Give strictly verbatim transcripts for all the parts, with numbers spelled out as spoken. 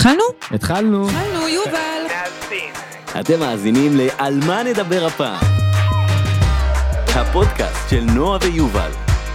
התחלנו? התחלנו. התחלנו, יובל. אתם מאזינים ל"על מה נדבר הפעם", הפודקאסט של נועה ויובל.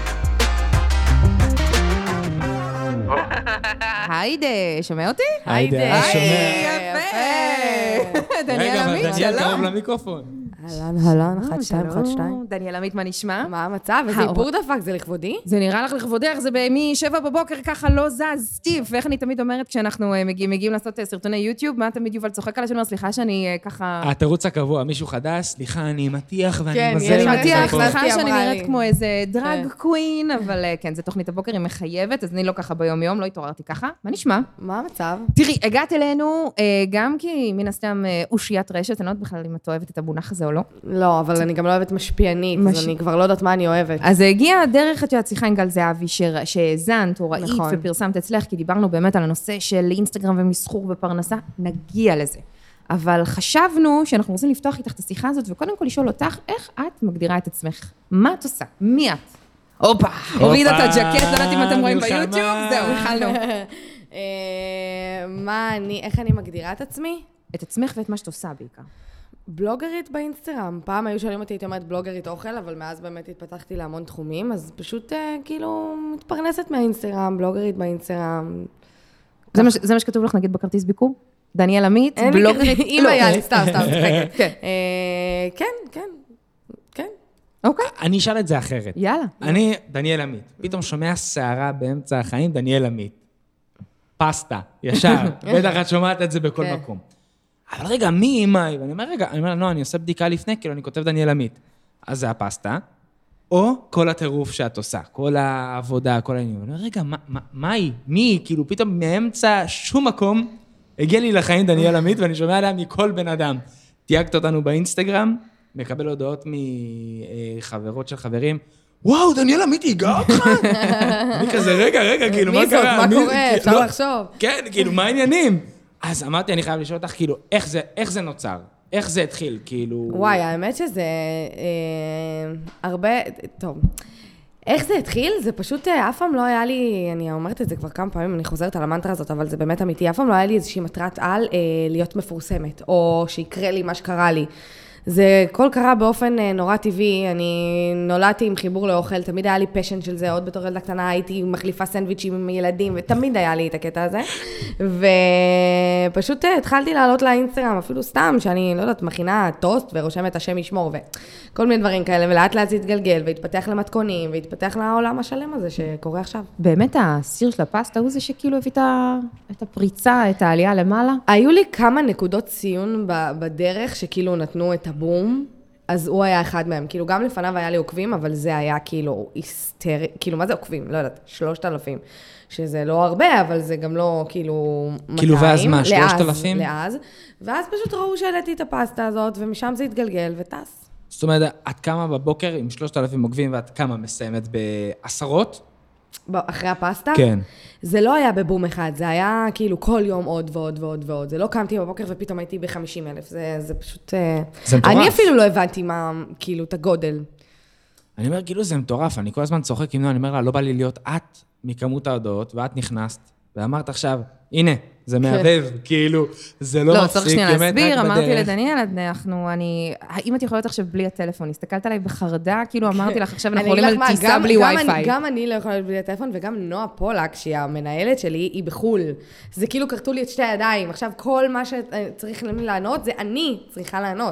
היידה, שומע אותי? היידה, שומע. יפה. דניאל עמית, שלום. רגע, אבל דניאל קרוב למיקרופון. אהלן, אהלן, אחת, שתיים, אחת, שתיים. דניאל עמית, מה נשמע? מה המצב? איזה איפור דפק, זה לכבודי? זה נראה לך לכבודך, זה משבע בבוקר ככה לא זז, סטיף. ואיך אני תמיד אומרת כשאנחנו מגיעים לעשות סרטוני יוטיוב, מה תמיד יובל צוחק עליי, שאני אומר, סליחה שאני ככה... התירוץ הקבוע, מישהו חדש, סליחה, אני מטיח ואני כן, מזל. אני מטיח, סליחה סליחה שאני אמרה נראית לי. כמו איזה דרג קווין, אבל כן, זה תוכנית הבוקר, היא מחייבת, אז אני לא ככה ביום יום, לא התעוררתי ככה. מה נשמע? מה המצב? תראי, הגעת אלינו, גם כי מן הסתם אושיית רשת, אני לא יודעת בכלל אם את אוהבת את המונח הזה או לא. לא, אבל אני גם לא אוהבת משפיענית, מש- אז אני כבר לא יודעת מה אני אוהבת. אז הגיעה דרך, את יודעת, שיחה עם גל זהבי, שר- שהזנת או ראית נכון. ופרסמת אצלך, כי דיברנו באמת על הנושא של אינסטגרם ומסחור ופרנסה, נגיע לזה. אבל חשבנו שאנחנו רוצים לפתוח איתך את השיחה הזאת, וקודם כל לשאול אותך, איך את מגדירה את עצמך? מה את עושה? מי את? הופה, הורידה את הג'קט, לא יודעת אם אתם רואים מלחמה. ביוטיוב, זהו, התחלנו. אה, מה אני, איך אני מגדירה את עצמי? את עצמך ואת מה שאת עושה בעיקר. בלוגרית באינסטגרם. פעם היו שואלים אותי, הייתי אומרת בלוגרית אוכל, אבל מאז באמת התפתחתי להמון תחומים, אז פשוט אה, כאילו מתפרנסת מהאינסטגרם, בלוגרית באינסטגרם. זה מה ש- זה מה שכתוב לך, נגיד, בכרטיס ביקור? דניאל עמית, אין לי בלוגרית... אם לא. היה לי, סתם, סתם, צחקת. כן. אה, כן, כן, כן. אוקיי, אני אשאל את זה אחרת. יאללה. אני, דניאל עמית, פתאום שומע שערה באמצע החיים, דניאל עמית. פסטה, ישר. בטח את שומעת את זה בכל כן. מקום. אבל רגע, מי אימי? ואני אומר, רגע, אני אומר, לא, אני עושה בדיקה לפני, כאילו אני כותב דניאל עמית. אז זה הפסטה, או כל הטירוף שאת עושה, כל העבודה, כל העניין. אני אומר, רגע, מה, מה, מה היא? מי היא? כאילו פתאום מאמצע שום מקום, הגיע לי לחיים דניאל עמית, ואני שומע עליה מכל בן אדם. תייגת אותנו באינסטגרם, מקבל הודעות מחברות של חברים, וואו, דניאל עמית היגע אותך? אני כזה, רגע, רגע, כאילו, מה מי זאת? קרה? מה מי- קורה? כאילו, אפשר לא. לחשוב. כן, כאילו, מה העניינים? אז אמרתי, אני חייב לשאול אותך, כאילו, איך זה, איך זה נוצר? איך זה התחיל? כאילו... וואי, האמת שזה אה, הרבה, טוב. איך זה התחיל? זה פשוט, אה, אף פעם לא היה לי, אני אומרת את זה כבר כמה פעמים, אני חוזרת על המנטרה הזאת, אבל זה באמת אמיתי, אף פעם לא היה לי איזושהי מטרת על אה, להיות מפורסמת, או שיקרה לי מה שקרה לי. זה כל קרה באופן אה, נורא טבעי, אני נולדתי עם חיבור לאוכל, תמיד היה לי פשן של זה, עוד בתור ילדה קטנה הייתי מחליפה סנדוויצ'ים עם ילדים, ותמיד היה לי את הקטע הזה. ופשוט אה, התחלתי לעלות לאינסטגרם, אפילו סתם, שאני, לא יודעת, מכינה טוסט ורושמת השם ישמור, וכל מיני דברים כאלה, ולאט לאט זה התגלגל, והתפתח למתכונים, והתפתח לעולם השלם הזה שקורה עכשיו. באמת הסיר של הפסטה הוא זה שכאילו הביא את ה- את הפריצה, את העלייה למעלה? היו לי כמה נקודות ציון ב- בדרך שכאילו נתנו את הבום, אז הוא היה אחד מהם. כאילו גם לפניו היה לי עוקבים, אבל זה היה כאילו היסטרי, כאילו מה זה עוקבים? לא יודעת, שלושת אלפים. שזה לא הרבה, אבל זה גם לא כאילו מאתיים. כאילו, ואז מה, שלושת לאז, אלפים? לאז. ואז פשוט ראו שהעליתי את הפסטה הזאת, ומשם זה התגלגל וטס. זאת אומרת, את קמה בבוקר עם שלושת אלפים עוקבים, ואת קמה מסיימת בעשרות? ב- אחרי הפסטה? כן. זה לא היה בבום אחד, זה היה כאילו כל יום עוד ועוד ועוד ועוד. זה לא קמתי בבוקר ופתאום הייתי ב-חמישים אלף. זה, זה פשוט... אה, זה מטורף. אני אפילו לא הבנתי מה, כאילו, את הגודל. אני אומר, כאילו, זה מטורף, אני כל הזמן צוחק עם נועה, אני אומר לה, לא בא לי להיות את מכמות ההודעות, ואת נכנסת, ואמרת עכשיו, הנה, זה מהבב, כאילו, זה לא לא, מפסיק, צריך שנייה באמת, להסביר, רק אמרתי בדרך. לדניאל, אנחנו, אני, האם את יכולה להיות עכשיו בלי הטלפון? הסתכלת עליי בחרדה, כאילו אמרתי לך, עכשיו אנחנו אני עולים אגיד על לך מה, טיסה גם- בלי גם וי-פיי. אני- גם אני לא יכולה להיות בלי הטלפון, וגם נועה פולק, שהיא המנהלת שלי, היא בחול. זה כאילו קרתו לי את שתי הידיים. עכשיו, כל מה שצריך לענות, זה אני צריכה לענות.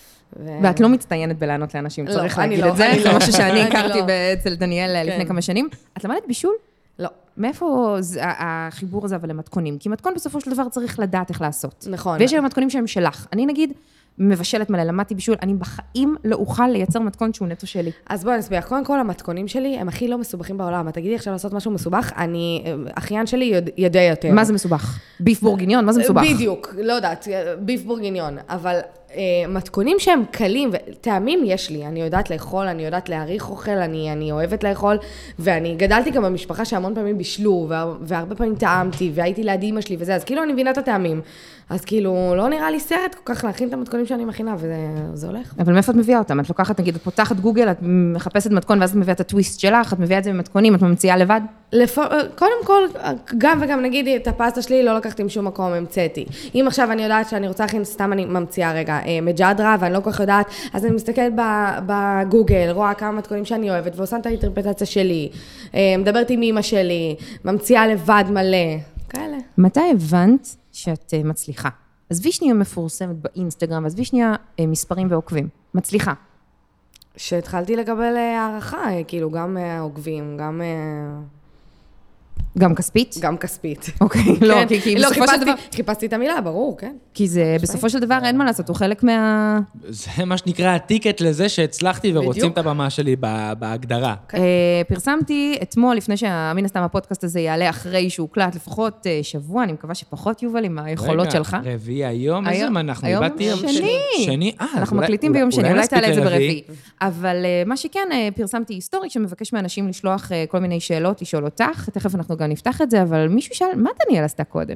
ו- ואת לא מצטיינת בלענות לאנשים, לא, צריך אני להגיד לא, את זה, אני זה לא. משהו שאני אני הכרתי לא. אצל דניאל לפני כן. כמה שנים. את למדת בישול? לא, מאיפה זה- החיבור הזה אבל למתכונים? כי מתכון בסופו של דבר צריך לדעת איך לעשות. נכון. ויש היום מתכונים שהם שלך. אני נגיד, מבשלת מלא, למדתי בישול, אני בחיים לא אוכל לייצר מתכון שהוא נטו שלי. אז בואי נסביר, קודם כל המתכונים שלי הם הכי לא מסובכים בעולם. את תגידי עכשיו לעשות משהו מסובך, אני, אחיין שלי יודע, יודע יותר. מה זה מסובך? ביף בורגיניון, מה זה מסובך? בדיוק, לא יודעת, ביף בורגיניון, אבל אה, מתכונים שהם קלים, וטעמים יש לי, אני יודעת לאכול, אני יודעת להעריך אוכל, אני, אני אוהבת לאכול, ואני גדלתי גם במשפחה שהמון פעמים בישלו, והר, והרבה פעמים טעמתי, והייתי ליד אמא שלי וזה, אז כאילו אני מבינה את הטעמים. אז כאילו, לא נראה לי סרט כל כך להכין את המתכונים שאני מכינה, וזה הולך. אבל מאיפה את מביאה אותם? את לוקחת, נגיד, את פותחת גוגל, את מחפשת מתכון, ואז את מביאה את הטוויסט שלך, את מביאה את זה במתכונים, את ממציאה לבד? לפ... קודם כל, גם וגם נגיד, את הפסטה שלי לא לקחתי משום מקום, המצאתי. אם עכשיו אני יודעת שאני רוצה להכין, סתם אני ממציאה רגע, מג'דרה, ואני לא כל כך יודעת, אז אני מסתכלת בגוגל, רואה כמה מתכונים שאני אוהבת, ועושה את האינטרפטציה שלי, מדברת עם אמא שלי, ממציאה לבד מלא, כאלה. מתי הבנת שאת מצליחה? עזבי שנייה מפורסמת באינסטגרם, עזבי שנייה מספרים ועוקבים. מצליחה. שהתחלתי לקבל הערכה, כאילו, גם עוקבים, גם... גם כספית? גם כספית. אוקיי, לא, כי בסופו של דבר... חיפשתי את המילה, ברור, כן. כי זה, בסופו של דבר, אין מה לעשות, הוא חלק מה... זה מה שנקרא הטיקט לזה שהצלחתי ורוצים את הבמה שלי בהגדרה. פרסמתי אתמול, לפני שהמין הסתם הפודקאסט הזה יעלה אחרי שהוא קלט, לפחות שבוע, אני מקווה שפחות יובל עם היכולות שלך. רגע, רביעי היום, איזה מה אנחנו? היום שני. שני, אה, אנחנו מקליטים ביום שני, אולי תעלה את זה ברביעי. אבל מה שכן, פרסמתי היסטורי שמבקש מאנשים לשלוח כל מיני שאלות, לשאול אותך, תכף אנחנו גם נפתח את זה, אבל מישהו שאל, מה דניאל עשתה קודם?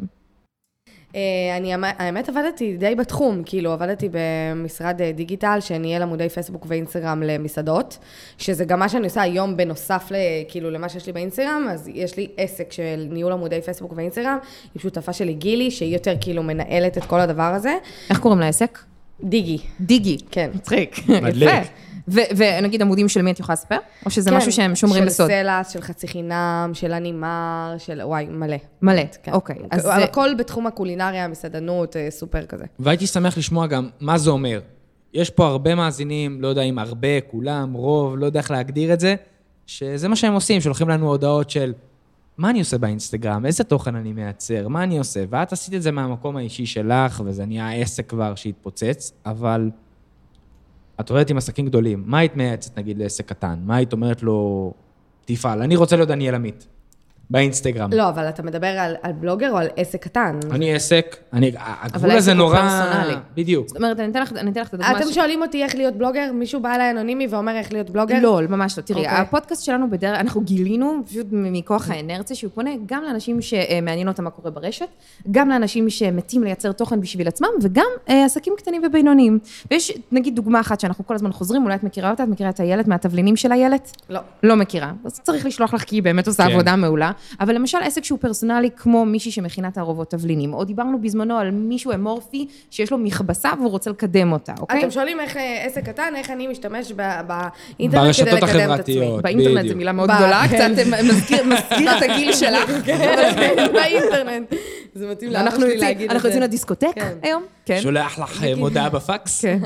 אני, האמת עבדתי די בתחום, כאילו עבדתי במשרד דיגיטל שניהל עמודי פייסבוק ואינסטגרם למסעדות, שזה גם מה שאני עושה היום בנוסף כאילו למה שיש לי באינסטגרם, אז יש לי עסק של ניהול עמודי פייסבוק ואינסטגרם, עם שותפה שלי גילי, שהיא יותר כאילו מנהלת את כל הדבר הזה. איך קוראים לעסק? דיגי. דיגי. כן. מצחיק. יפה. ונגיד עמודים של מי את יכולה לספר? או שזה משהו שהם שומרים בסוד? של סלס, של חצי חינם, של אנימר, של וואי, מלא. מלא, אוקיי. הכל בתחום הקולינריה, המסעדנות, סופר כזה. והייתי שמח לשמוע גם מה זה אומר. יש פה הרבה מאזינים, לא יודע אם הרבה, כולם, רוב, לא יודע איך להגדיר את זה, שזה מה שהם עושים, שולחים לנו הודעות של מה אני עושה באינסטגרם, איזה תוכן אני מייצר, מה אני עושה, ואת עשית את זה מהמקום האישי שלך, וזה נהיה עסק כבר שהתפוצץ, אבל את עובדת עם עסקים גדולים, מה היית מייעצת נגיד לעסק קטן? מה היית אומרת לו, תפעל, אני רוצה להיות דניאל עמית, באינסטגרם. לא, אבל אתה מדבר על, על בלוגר או על עסק קטן? אני עסק, אני, הגבול הזה נורא... אבל העסק הוא פרסונלי. בדיוק. זאת אומרת, אני אתן לך, אני אתן לך את הדוגמה... אתם שואלים אותי איך להיות בלוגר? מישהו בא אליי אנונימי ואומר איך להיות בלוגר? לא, ממש לא. תראי, Okay. הפודקאסט שלנו בדרך, אנחנו גילינו, פשוט מכוח האנרציה, שהוא פונה גם לאנשים שמעניין אותם מה קורה ברשת, גם לאנשים שמתים לייצר תוכן בשביל עצמם, וגם אה, עסקים קטנים ובינוניים. ויש, נגיד, דוגמה אחת שאנחנו כל הזמן חוזרים, אולי את מכירה אותה, את מכירה את הילד מהתבלינים של הילד? לא. לא מכירה. אז צריך לשלוח לך כי היא באמת עושה כן. עבודה מעולה. אבל למשל, עסק שהוא פרסונלי כמו מישהי שמכינה תערובות תבלינים, או דיברנו בזמנו על מישהו אמורפי שיש לו מכבסה והוא רוצה לקדם אותה, אוקיי? אתם שואלים איך עסק קטן, איך אני משתמש באינטרנט ברשתות כדי לקדם את עצמי. החברתיות, באינטרנט בדיוק. זו מילה מאוד גדולה, קצת מזכיר את הגיל שלך. באינטרנט. זה מתאים לאבא שלי להגיד את זה. אנחנו יוצאים לדיסקוטק היום? כן. שולח לך מודעה בפקס? כן.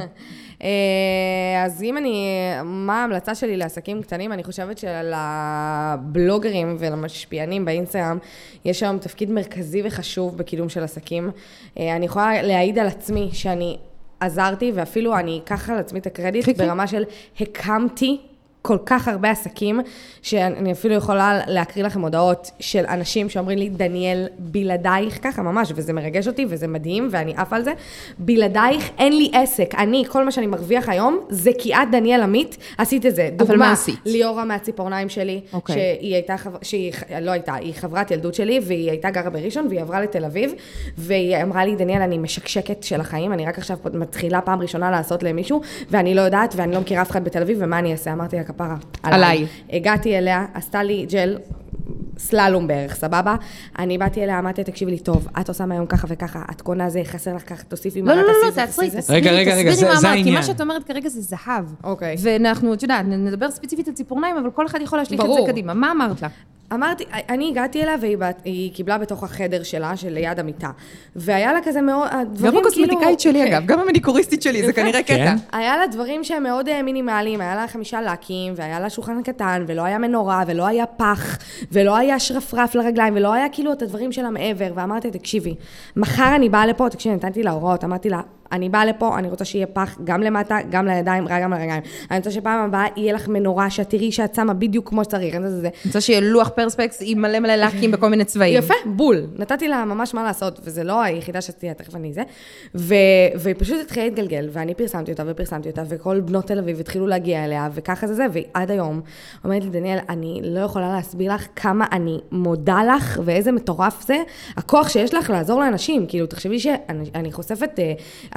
אז אם אני, מה ההמלצה שלי לעסקים קטנים? אני חושבת שלבלוגרים ולמשפיענים באינסטגרם יש היום תפקיד מרכזי וחשוב בקידום של עסקים. אני יכולה להעיד על עצמי שאני עזרתי, ואפילו אני אקח על עצמי את הקרדיט ברמה של הקמתי כל כך הרבה עסקים, שאני אפילו יכולה להקריא לכם הודעות של אנשים שאומרים לי, דניאל, בלעדייך, ככה ממש, וזה מרגש אותי, וזה מדהים, ואני אף על זה, בלעדייך אין לי עסק. אני, כל מה שאני מרוויח היום, זה כי את, דניאל עמית, עשית את זה. אבל מה עשית? ליאורה מהציפורניים שלי, okay. שהיא הייתה, שהיא לא הייתה, היא חברת ילדות שלי, והיא הייתה גרה בראשון, והיא עברה לתל אביב, והיא אמרה לי, דניאל, אני משקשקת של החיים, אני רק עכשיו מתחילה פעם ראשונה לעשות למישהו, ואני לא יודעת, ואני לא מכירה אף אחד בתל אביב, ומה אני אעשה? אמרתי לה, כפרה, עליי. הגעתי אליה, עשתה לי ג'ל, סללום בערך, סבבה? אני באתי אליה, אמרתי, תקשיבי לי טוב, את עושה מהיום ככה וככה, את קונה זה, חסר לך ככה, תוסיפי מה, לא, לא, לא, תעצרי, תסבירי, רגע, רגע, רגע, זה העניין. כי מה שאת אומרת כרגע זה זהב. אוקיי. ואנחנו, את יודעת, נדבר ספציפית על ציפורניים, אבל כל אחד יכול להשליך את זה קדימה. מה אמרת לה? אמרתי, אני הגעתי אליה והיא קיבלה בתוך החדר שלה, של ליד המיטה. והיה לה כזה מאוד, דברים גם כאילו... הקוסמטיקאית שלי אגב, גם המניקוריסטית שלי, זה כנראה קטע. היה לה דברים שהם מאוד מינימליים, היה לה חמישה לקים, והיה לה שולחן קטן, ולא היה מנורה, ולא היה פח, ולא היה שרפרף לרגליים, ולא היה כאילו את הדברים שלה מעבר, ואמרתי, תקשיבי, מחר אני באה לפה, תקשיבי, נתנתי לה הוראות, אמרתי לה, אני באה לפה, אני רוצה שיהיה פח גם למטה, גם לידיים, גם לרגליים. אני רוצה שפעם הבאה יהיה לך מנורה, שאת תראי שאת שמה בדיוק כמו שצריך. אני רוצה שיהיה לוח פרספקס עם מלא מלא לקים בכל מיני צבעים. יפה, בול. נתתי לה ממש מה לעשות, וזה לא היחידה שתהיה, תכף אני זה. ופשוט התחילה להתגלגל, ואני פרסמתי אותה ופרסמתי אותה, וכל בנות תל אביב התחילו להגיע אליה, וככה זה זה, ועד היום אומרת לי, דניאל, אני לא יכולה להסביר לך כמה אני מודה לך, ואיזה מטורף זה, הכוח שיש לך לעזור לאנשים. כאילו, תחשבי שאני חושפת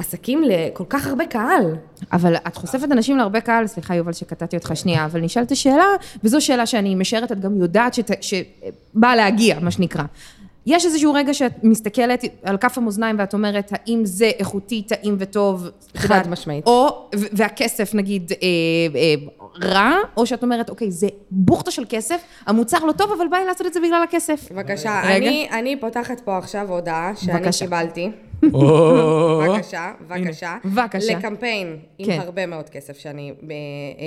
עסקים לכל כך הרבה קהל. אבל את חושפת אנשים להרבה קהל, סליחה יובל שקטעתי אותך שנייה, אבל נשאלת השאלה, וזו שאלה שאני משערת, את גם יודעת שת, שבאה להגיע, מה שנקרא. יש איזשהו רגע שאת מסתכלת על כף המאזניים ואת אומרת, האם זה איכותי, טעים וטוב? חד משמעית. או, והכסף נגיד אה, אה, רע, או שאת אומרת, אוקיי, זה בוכתה של כסף, המוצר לא טוב, אבל בא לי לעשות את זה בגלל הכסף. בבקשה, אני, אני פותחת פה עכשיו הודעה שאני בבקשה. קיבלתי. בבקשה, בבקשה. בבקשה. לקמפיין עם כן. הרבה מאוד כסף שאני אה, אה,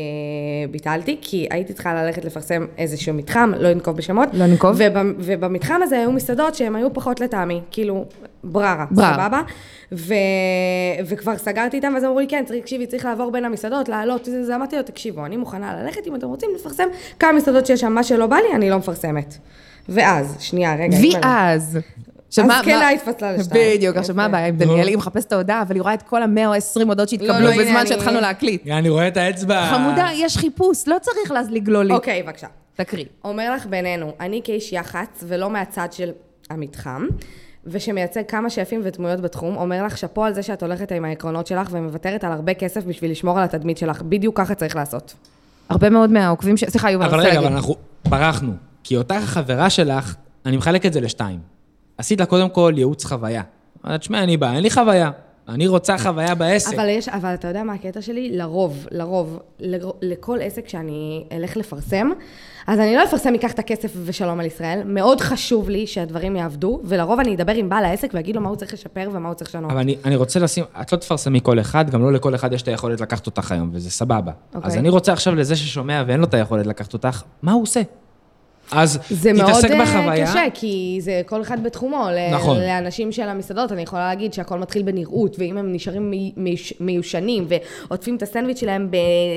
ביטלתי, כי הייתי צריכה ללכת לפרסם איזשהו מתחם, לא לנקוב בשמות. לא ננקוב. ובמ, ובמתחם הזה היו מסעדות שהן היו פחות לטעמי, כאילו, בררה, בררה. סבבה. ו, וכבר סגרתי איתם, ואז אמרו לי, כן, צריך, תקשיבי, צריך לעבור בין המסעדות, לעלות, זה, זה אמרתי לו, תקשיבו, אני מוכנה ללכת, אם אתם רוצים לפרסם כמה מסעדות שיש שם, מה שלא בא לי, אני לא מפרסמת. ואז, שנייה, רגע. ואז. אז כן, התפצלה לשתיים. בדיוק, עכשיו מה הבעיה עם דניאל? היא מחפשת את ההודעה, אבל היא רואה את כל ה-מאה או עשרים הודעות שהתקבלו בזמן שהתחלנו להקליט. אני רואה את האצבע. חמודה, יש חיפוש, לא צריך לגלול לי. אוקיי, בבקשה. תקריא. אומר לך בינינו, אני כאיש יח"צ ולא מהצד של המתחם, ושמייצג כמה שפים ודמויות בתחום, אומר לך שפו על זה שאת הולכת עם העקרונות שלך ומוותרת על הרבה כסף בשביל לשמור על התדמית שלך. בדיוק ככה צריך לעשות. הרבה מאוד מהעוקבים ש... סליחה, יובל, אבל רגע, אבל אנחנו ברחנו. כי אותה החברה שלך, אני מחלק את זה לשתיים. עשית לה קודם כל ייעוץ חוויה. אמרת, שמע, אני בא, אין לי חוויה. אני רוצה חוויה בעסק. אבל יש, אבל אתה יודע מה הקטע שלי? לרוב, לרוב, לכל עסק שאני אלך לפרסם, אז אני לא אפרסם, ייקח את הכסף ושלום על ישראל. מאוד חשוב לי שהדברים יעבדו, ולרוב אני אדבר עם בעל העסק ואגיד לו מה הוא צריך לשפר ומה הוא צריך לשנות. אבל אני, אני רוצה לשים, את לא תפרסמי כל אחד, גם לא לכל אחד יש את היכולת לקחת אותך היום, וזה סבבה. Okay. אז אני רוצה עכשיו לזה ששומע ואין לו את היכולת לקחת אותך, מה הוא עושה? אז זה תתעסק מאוד בחוויה. קשה, כי זה כל אחד בתחומו. נכון. לאנשים של המסעדות, אני יכולה להגיד שהכל מתחיל בנראות, ואם הם נשארים מיושנים, ועוטפים את הסנדוויץ' שלהם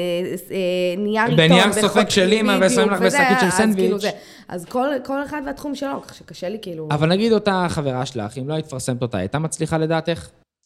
בנייר עיתון, בנייר סופק של אמא, ושמים לך בשקית של סנדוויץ'. אז כל אחד והתחום שלו, כך שקשה לי כאילו... אבל נגיד אותה חברה שלך, אם לא התפרסמת אותה, הייתה מצליחה לדעתך?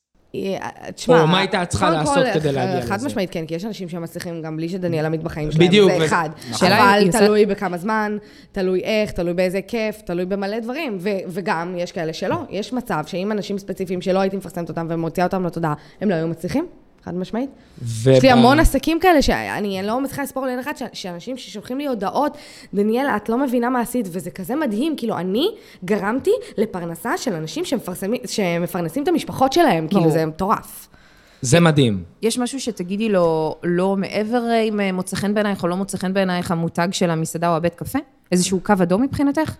תשמע, או מה הייתה צריכה לעשות כדי להגיע לזה? חד משמעית כן, כי יש אנשים שמצליחים גם בלי שדניאל עמית בחיים שלהם, בדיוק, זה אחד. אבל תלוי בכמה זמן, תלוי איך, תלוי באיזה כיף, תלוי במלא דברים, וגם יש כאלה שלא. יש מצב שאם אנשים ספציפיים שלא הייתי מפרסמת אותם ומוציאה אותם לתודעה, הם לא היו מצליחים, חד משמעית. יש לי המון עסקים כאלה שאני לא מצליחה לספור לי אחד, שאנשים ששולחים לי הודעות, דניאל, את לא מבינה מה עשית, וזה כזה מדהים, כאילו אני גרמתי לפרנסה של אנשים שמפרנסים את המשפחות שלהם, כאילו זה מטורף. זה מדהים. יש משהו שתגידי לו, לא מעבר אם מוצא חן בעינייך או לא מוצא חן בעינייך המותג של המסעדה או הבית קפה? איזשהו קו אדום מבחינתך?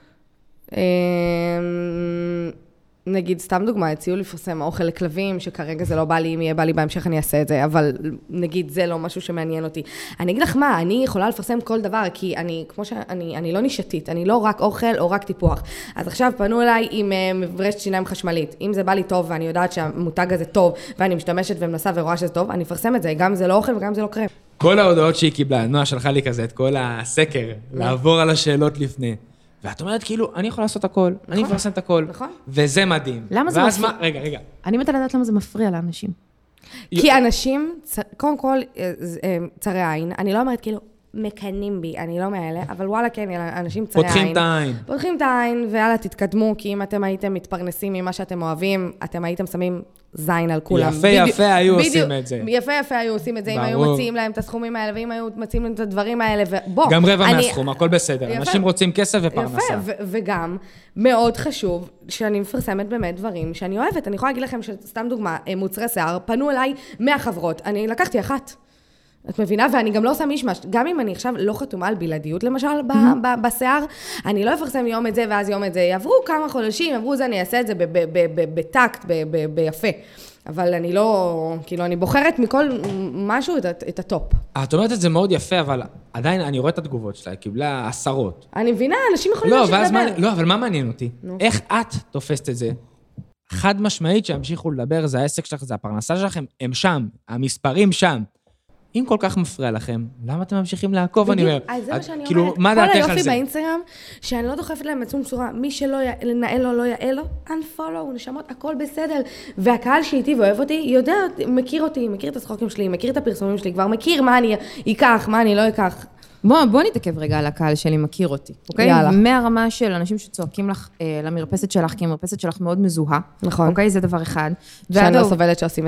נגיד, סתם דוגמה, הציעו לפרסם אוכל לכלבים, שכרגע זה לא בא לי, אם יהיה בא לי בהמשך אני אעשה את זה, אבל נגיד, זה לא משהו שמעניין אותי. אני אגיד לך מה, אני יכולה לפרסם כל דבר, כי אני, כמו שאני, אני לא נישתית, אני לא רק אוכל או רק טיפוח. אז עכשיו פנו אליי עם מברשת שיניים חשמלית. אם זה בא לי טוב, ואני יודעת שהמותג הזה טוב, ואני משתמשת ומנסה ורואה שזה טוב, אני אפרסם את זה, גם זה לא אוכל וגם זה לא קרם. כל ההודעות שהיא קיבלה, נועה שלחה לי כזה את כל הסקר, לעבור על השאלות לפני. ואת אומרת, כאילו, אני יכול לעשות הכל, אני מפרסם את הכל, וזה מדהים. למה זה מפריע? רגע, רגע. אני מתה לדעת למה זה מפריע לאנשים. כי אנשים, קודם כל, צרי עין, אני לא אומרת כאילו, מקנים בי, אני לא מאלה, אבל וואלה כן, אנשים צרי עין. פותחים את העין. פותחים את העין, ויאללה, תתקדמו, כי אם אתם הייתם מתפרנסים ממה שאתם אוהבים, אתם הייתם שמים זין על כולם. יפה יפה היו עושים את זה. יפה יפה היו עושים את זה, אם היו מציעים להם את הסכומים האלה, ואם היו מציעים להם את הדברים האלה, ובוא. גם רבע מהסכום, הכל בסדר. אנשים רוצים כסף ופרנסה. יפה, וגם, מאוד חשוב שאני מפרסמת באמת דברים שאני אוהבת. אני יכולה להגיד לכם שסתם דוגמה, מוצרי שיער, פנו אליי מאה חברות, אני לקחתי אחת. את מבינה? ואני גם לא עושה מישמש. גם אם אני עכשיו לא חתומה על בלעדיות, למשל, בשיער, אני לא אפרסם יום את זה ואז יום את זה. יעברו כמה חודשים, יעברו זה, אני אעשה את זה בטקט, ביפה. אבל אני לא, כאילו, אני בוחרת מכל משהו את הטופ. את אומרת את זה מאוד יפה, אבל עדיין אני רואה את התגובות שלה, היא קיבלה עשרות. אני מבינה, אנשים יכולים להמשיך לדבר. לא, אבל מה מעניין אותי? איך את תופסת את זה? חד משמעית שהמשיכו לדבר, זה העסק שלך, זה הפרנסה שלכם, הם שם, המספרים שם. אם כל כך מפריע לכם, למה אתם ממשיכים לעקוב? אני אומר, אז זה מה שאני כאילו, אומרת. מה דעתך על זה? כל היופי באינסטגרם, שאני לא דוחפת להם מצום צורה, מי שלא ינהל לו, לא יעל לו, unfollow, נשמות, הכל בסדר. והקהל שאיתי ואוהב אותי, יודע, מכיר אותי, מכיר את הצחוקים שלי, מכיר את הפרסומים שלי, כבר מכיר מה אני אקח, מה אני לא אקח. בוא, בוא נתעכב רגע על הקהל שלי, מכיר אותי, אוקיי? יאללה. מהרמה של אנשים שצועקים לך אה, למרפסת שלך, כי המרפסת שלך מאוד מזוהה. נכון. אוקיי? זה דבר אחד. שאני לא סובלת שעושים את זה.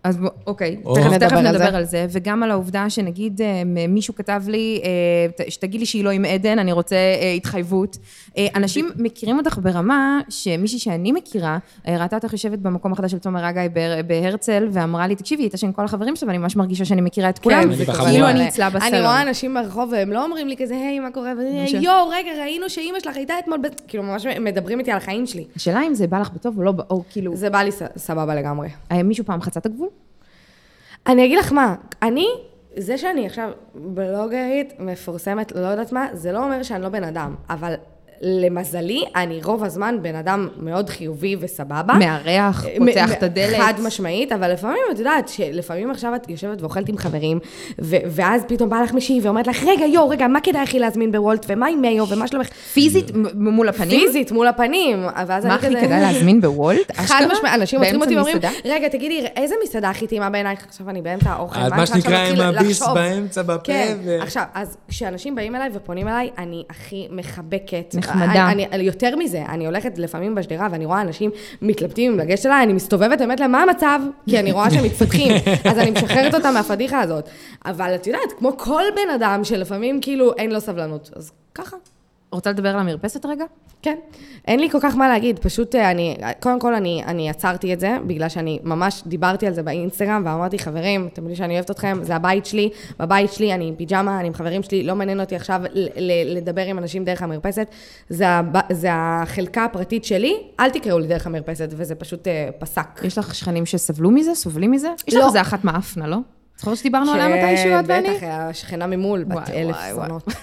אז אוקיי, או. תכף נדבר תכף על נדבר זה. על זה, וגם על העובדה שנגיד מישהו כתב לי, אה, שתגיד לי שהיא לא עם עדן, אני רוצה אה, התחייבות. אה, אנשים מכירים אותך ברמה שמישהי שאני מכירה, אה, ראתה אותך יושבת במקום החדש של תומר אגאי בה- בהרצל, ואמרה לי, תקשיבי, הייתה שם כל החברים שלה, ואני ממש מרגישה שאני מכירה את כולם, זה כאילו בחבורה. אני אצלה בסלון. אני רואה אנשים ברחוב, והם לא אומרים לי כזה, היי, מה קורה? ש- יואו, רגע, ראינו שאימא שלך הייתה אתמול, ב-" כאילו, ממש מדברים איתי על החיים שלי. השאלה אם זה בא לך בטוב או לא, או כאילו, זה בא לי ס- סבבה לגמרי. אה, מישהו פעם חצה את הגבול? אני אגיד לך מה, אני, זה שאני עכשיו בלוגרית מפורסמת, לא יודעת מה, זה לא אומר שאני לא בן אדם, אבל למזלי, אני רוב הזמן בן אדם מאוד חיובי וסבבה. מארח, פותח מ- את הדלת. חד משמעית, אבל לפעמים את יודעת שלפעמים עכשיו את יושבת ואוכלת עם חברים, ו- ואז פתאום בא לך מישהי ואומרת לך, רגע, יו, רגע, מה כדאי הכי להזמין בוולט, ומה עם מאיו, ומה שלומך? פיזית מ- מול הפנים? פיזית, מול הפנים. ואז מה אני הכי כזה- כדאי להזמין בוולט? חד אשכרה? משמעית, אנשים עוצרים אותי באמצע ואומרים, מסעדה? רגע, תגידי, איזה מסעדה הכי טעימה בעינייך? עכשיו אני באמצע האוכל, אז מה מה אני צריכה שנקרא עכשיו עם להתחיל הביס לחשוב? באמצע בפה. כן, ו- עכשיו, אז כשאנשים באים אליי ופונים אליי, אני הכי מחבקת. נחמדה. אני, אני, יותר מזה, אני הולכת לפעמים בשדרה ואני רואה אנשים מתלבטים עם לגשת אליי, אני מסתובבת, באמת למה המצב? כי אני רואה שהם מתפתחים, אז אני משחררת אותם מהפדיחה הזאת. אבל את יודעת, כמו כל בן אדם שלפעמים כאילו אין לו סבלנות, אז ככה. רוצה לדבר על המרפסת רגע? כן, אין לי כל כך מה להגיד, פשוט אני, קודם כל אני, אני עצרתי את זה, בגלל שאני ממש דיברתי על זה באינסטגרם, ואמרתי, חברים, אתם יודעים שאני אוהבת אתכם, זה הבית שלי, בבית שלי, אני עם פיג'מה, אני עם חברים שלי, לא מעניין אותי עכשיו ל- ל- לדבר עם אנשים דרך המרפסת, זה, הב, זה החלקה הפרטית שלי, אל תקראו לי דרך המרפסת, וזה פשוט uh, פסק. יש לך שכנים שסבלו מזה? סובלים מזה? יש לך לא. איזה אחת מאפנה, לא? זוכרת שדיברנו עליה מתישהו את ואני? בטח, השכנה ממול, בת וואי, אלף וואי, וואי. זונות.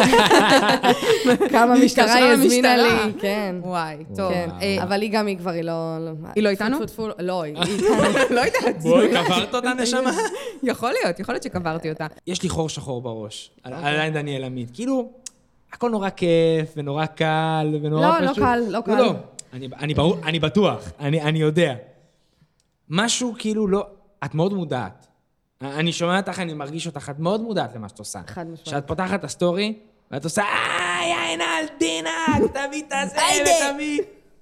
כמה משטרה התקשרה היא הזמינה למשטרה. לי, כן. וואי, טוב. כן, אה, אבל היא גם, היא כבר, היא לא... היא לא איתנו? טפו, טפו, טפו, לא, היא איתנו. לא יודעת. בואי, קברת אותה נשמה. יכול להיות, יכול להיות שקברתי אותה. יש לי חור שחור בראש, על עליי דניאל עמית. כאילו, הכל נורא כיף, ונורא קל, ונורא לא, פשוט. לא קל, לא קל. לא, אני- אני ברור- אני בטוח, אני אני יודע. משהו כאילו לא, את מאוד מודעת. אני שומע אותך, אני מרגיש אותך, את מאוד מודעת למה שאת עושה. חד משמעית. שאת פותחת את הסטורי, ואת עושה, אה, יין על דינק, תביא את הזה, ותביא.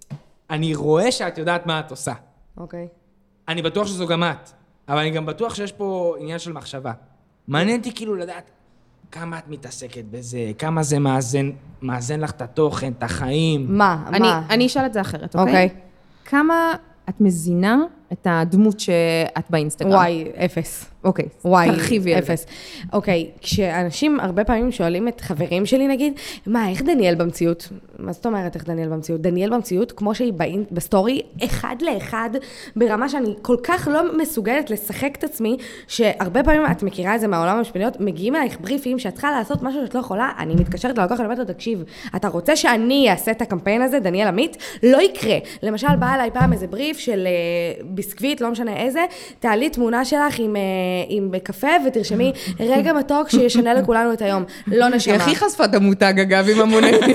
אני רואה שאת יודעת מה את עושה. אוקיי. אני בטוח שזו גם את, אבל אני גם בטוח שיש פה עניין של מחשבה. מעניין אותי כאילו לדעת כמה את מתעסקת בזה, כמה זה מאזן, מאזן לך את התוכן, את החיים. מה? אני- מה? אני אשאל את זה אחרת, אוקיי? אוקיי. כמה את מזינה את הדמות שאת באינסטגרם? וואי, אפס. אוקיי, וואי, תרחיבי על זה. אפס. אוקיי, כשאנשים הרבה פעמים שואלים את חברים שלי, נגיד, מה, איך דניאל במציאות? מה זאת אומרת איך דניאל במציאות? דניאל במציאות, כמו שהיא באינ- בסטורי, אחד לאחד, ברמה שאני כל כך לא מסוגלת לשחק את עצמי, שהרבה פעמים, את מכירה את זה מהעולם המשפטיות, מגיעים אלייך בריפים שאת צריכה לעשות משהו שאת לא יכולה, אני מתקשרת ללקוח, אני אומרת לו, תקשיב, אתה רוצה שאני אעשה את הקמפיין הזה, דניאל עמית? לא יקרה. למשל, בא אליי פעם איזה בריף של אה, ביסקוויט, לא משנה איזה, תעלי תמונה שלך עם, אה, עם קפה ותרשמי, רגע מתוק שישנה לכולנו את היום. לא היא נשמה. הכי חשפה את המותג, אגב, עם המונטים,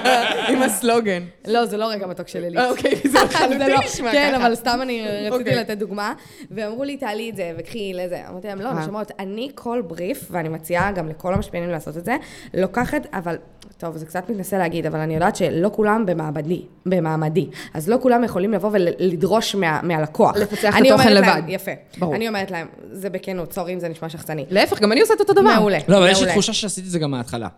עם הסלוגן. לא, זה לא רגע מתוק של אלית. אוקיי, זה לחלוטין זה לא- נשמע כן, ככה. אבל סתם אני רציתי אוקיי. לתת דוגמה, ואמרו לי, תעלי את זה, וקחי לזה. אמרתי להם, לא, אה. נשמות, אני כל בריף, ואני מציעה גם לכל המשפיענים לעשות את זה, לוקחת, אבל, טוב, זה קצת מתנסה להגיד, אבל אני יודעת שלא כולם במעמדי, במעמדי. אז לא כולם יכולים לבוא ולדרוש מה- מהלקוח. לפצח את אני התוכן אומרת להם, לבד. יפה. ברור. אני אומרת להם, זה בכנות, סורי אם זה נשמע שחצני. להפך, גם אני עושה את אותו דבר. מעולה. לא, אבל יש לי מעולה. תחושה שעשיתי את זה גם מההתחלה.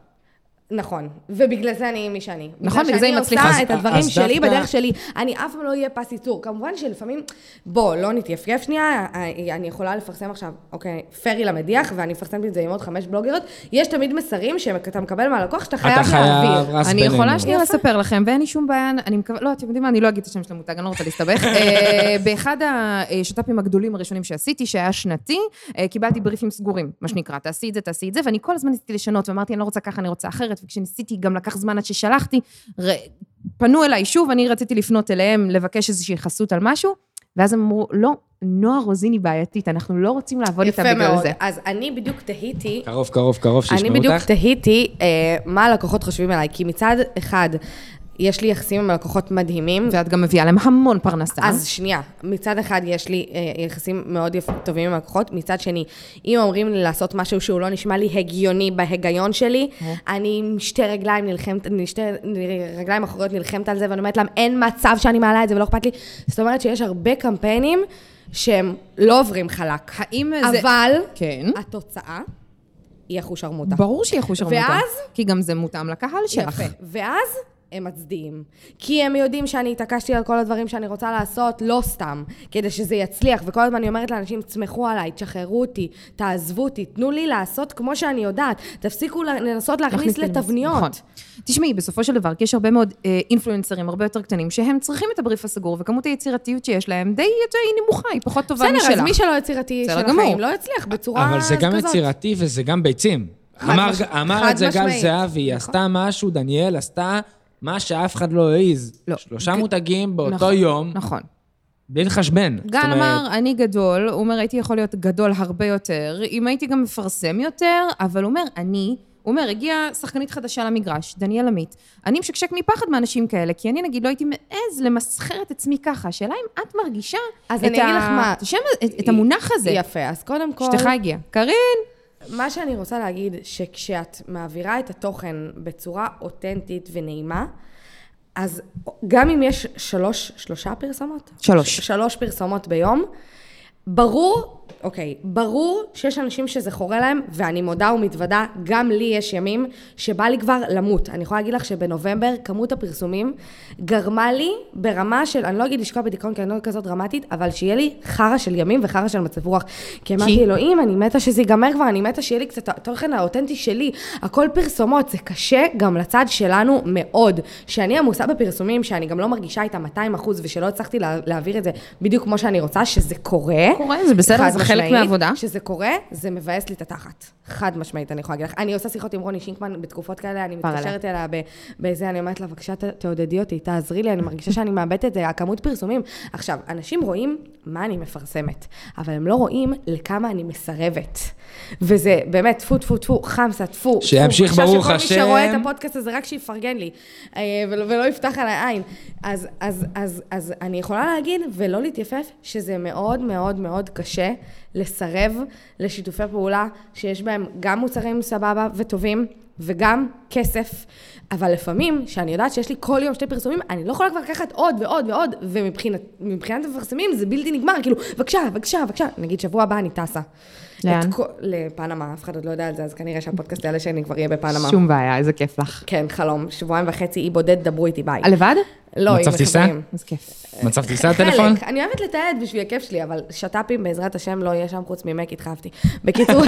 נכון, ובגלל זה אני מי שאני. נכון, בגלל בגלל זה היא שאני מצליחה. עושה את אז- הדברים אז שלי דווקא- בדרך שלי. אני אף פעם לא אהיה פס ייצור. כמובן שלפעמים, בוא, לא נתייפייף שנייה, אני יכולה לפרסם עכשיו, אוקיי, פרי למדיח, ואני מפרסמת את זה עם עוד חמש בלוגריות. יש תמיד מסרים שאתה מקבל מהלקוח שאתה חייב אתה חייב להעביר. רס אני בינינו. יכולה שנייה יפה. לספר לכם, ואין לי שום בעיה, אני מקווה, לא, אתם יודעים מה, אני לא אגיד את השם של המותג, אני לא רוצה להסתבך. אה, באחד השת"פים הגדולים הראשונים שעשיתי, שהיה שנתי, אה, קיבלתי בריפים סגורים, מה שנקרא, תעשי את זה, תעשי את זה, ואני כל הזמן ניסיתי לשנות, ואמרתי, אני לא רוצה ככה, אני רוצה אחרת, וכשניסיתי גם לקח זמן עד ששלחתי, ר... פנו אליי שוב, אני רציתי לפנות אליהם, לבקש איזושהי חסות על משהו, ואז הם אמרו, לא, נועה רוזיני בעייתית, אנחנו לא רוצים לעבוד איתה יפה בגלל מאוד. זה. אז אני בדיוק תהיתי, קרוב, קרוב, קרוב, אני שישמעו בדיוק אותך. תהיתי אה, מה הלקוחות חושבים עליי, כי מצד אחד, יש לי יחסים עם לקוחות מדהימים, ואת גם מביאה להם המון פרנסה. אז שנייה, מצד אחד יש לי אה, יחסים מאוד יפ... טובים עם הלקוחות, מצד שני, אם אומרים לי לעשות משהו שהוא לא נשמע לי הגיוני בהיגיון שלי, אני עם שתי רגליים נלחמת, שתי רגליים אחוריות נלחמת על זה, ואני אומרת להם, אין מצב שאני מעלה את זה ולא אכפת לי. זאת אומרת שיש הרבה קמפיינים, שהם לא עוברים חלק. האם זה... אבל כן. התוצאה היא אחושרמוטה. ברור שהיא אחושרמוטה. ואז... כי גם זה מותאם לקהל שלך. יפה. ואז הם מצדיעים. כי הם יודעים שאני התעקשתי על כל הדברים שאני רוצה לעשות, לא סתם, כדי שזה יצליח. וכל הזמן אני אומרת לאנשים, תסמכו עליי, תשחררו אותי, תעזבו אותי, תנו לי לעשות כמו שאני יודעת. תפסיקו לנסות להכניס לתבניות. נכון. תשמעי, בסופו של דבר, כי יש הרבה מאוד אה, אינפלואנסרים, הרבה יותר קטנים, שהם צריכים את הבריף הסגור, וכמות היצירתיות שיש להם די היא נמוכה, היא פחות טובה משלה. בסדר, אז מי שלא יצירתי של החיים, לא יצליח בצורה כזאת. אבל זה גם יצירתי וזה גם ביצים. אמר, מש... אמר את זה גל משמעית. זהבי, היא נכון. עשתה משהו, דניאל עשתה מה שאף אחד לא העיז. לא. שלושה ג... מותגים באותו נכון, יום. נכון. בלי לחשבן. גל אומרת... אמר, אני גדול, הוא אומר, הייתי יכול להיות גדול הרבה יותר, אם הייתי גם מפרסם יותר, אבל הוא אומר, אני, הוא אומר, הגיעה שחקנית חדשה למגרש, דניאל עמית. אני משקשק מפחד מאנשים כאלה, כי אני נגיד לא הייתי מעז למסחר את עצמי ככה. השאלה אם את מרגישה אז את, אני אגיד לך מה... את, השם, את, את המונח הזה. יפה, אז קודם כל... אשתך הגיעה. קרין! מה שאני רוצה להגיד, שכשאת מעבירה את התוכן בצורה אותנטית ונעימה, אז גם אם יש שלוש, שלושה פרסומות? שלוש. שלוש פרסומות ביום, ברור, אוקיי, ברור שיש אנשים שזה חורה להם, ואני מודה ומתוודה, גם לי יש ימים שבא לי כבר למות. אני יכולה להגיד לך שבנובמבר, כמות הפרסומים גרמה לי ברמה של, אני לא אגיד לשקוע בדיכאון, כי אני לא כזאת דרמטית, אבל שיהיה לי חרה של ימים וחרה של מצב רוח. כי אמרתי, אלוהים, אני מתה שזה ייגמר כבר, אני מתה שיהיה לי קצת תוכן האותנטי שלי. הכל פרסומות, זה קשה גם לצד שלנו מאוד. שאני עמוסה בפרסומים, שאני גם לא מרגישה איתה מאתיים אחוז, ושלא הצלחתי לה, להעביר את זה בדיוק כמו שאני רוצה, שזה קורה. קורה, זה בסדר, זה חלק מהעבודה. שזה קורה, זה מבאס לי את התחת. חד משמעית, אני יכולה להגיד לך. אני עושה שיחות עם רוני שינקמן בתקופות כאלה, אני מתקשרת אליה באיזה, אני אומרת לה, בבקשה, תעודדי אותי, תעזרי לי, אני מרגישה שאני מאבדת את הכמות פרסומים. עכשיו, אנשים רואים מה אני מפרסמת, אבל הם לא רואים לכמה אני מסרבת. וזה באמת, טפו, טפו, טפו, חמסה, טפו. שימשיך ברוך השם. שכל מי שרואה את הפודקאסט הזה רק שיפרגן לי, ולא יפתח על העין. אז, אז, אז, אז אני יכולה להגיד, ולא להתייפף, שזה מאוד מאוד מאוד קשה לסרב לשיתופי פעולה שיש בהם גם מוצרים סבבה וטובים, וגם כסף, אבל לפעמים, שאני יודעת שיש לי כל יום שתי פרסומים, אני לא יכולה כבר לקחת עוד ועוד ועוד, ומבחינת מפרסמים זה בלתי נגמר, כאילו, בבקשה, בבקשה, בבקשה, נגיד שבוע הבא אני טסה. לאן? כל... לפנמה, אף אחד עוד לא יודע על זה, אז כנראה שהפודקאסט יעלה שאני כבר אהיה בפנמה. שום בעיה, איזה כיף לך. כן, חלום, שבועיים וחצי, אי בודד, דברו איתי, ביי. לבד? לא, מצב טיסה? אז כיף. מצב טיסה טלפון? חלק, אני אוהבת לתעד בשביל הכיף שלי, אבל שטאפים בעזרת השם לא יהיה שם חוץ ממק, התחייבתי. בקיצור...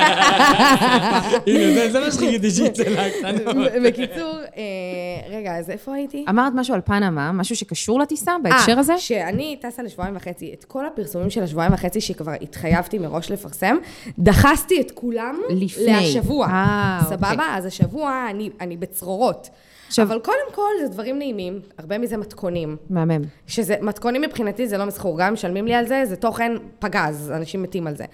הנה, זה מה שחיכיתי שיצא לה קטנה. בקיצור, רגע, אז איפה הייתי? אמרת משהו על פנמה, משהו שקשור לטיסה בהקשר הזה? שאני טסה לשבועיים וחצי, את כל הפרסומים של השבועיים וחצי שכבר התחייבתי מראש לפרסם, דחסתי את כולם להשבוע. סבבה? אז השבוע אני בצרורות. אבל קודם כל זה דברים נעימים, הרבה מזה מתכונים. מהמם. שזה, מתכונים מבחינתי זה לא מסחור, גם משלמים לי על זה, זה תוכן פגז, אנשים מתים על זה.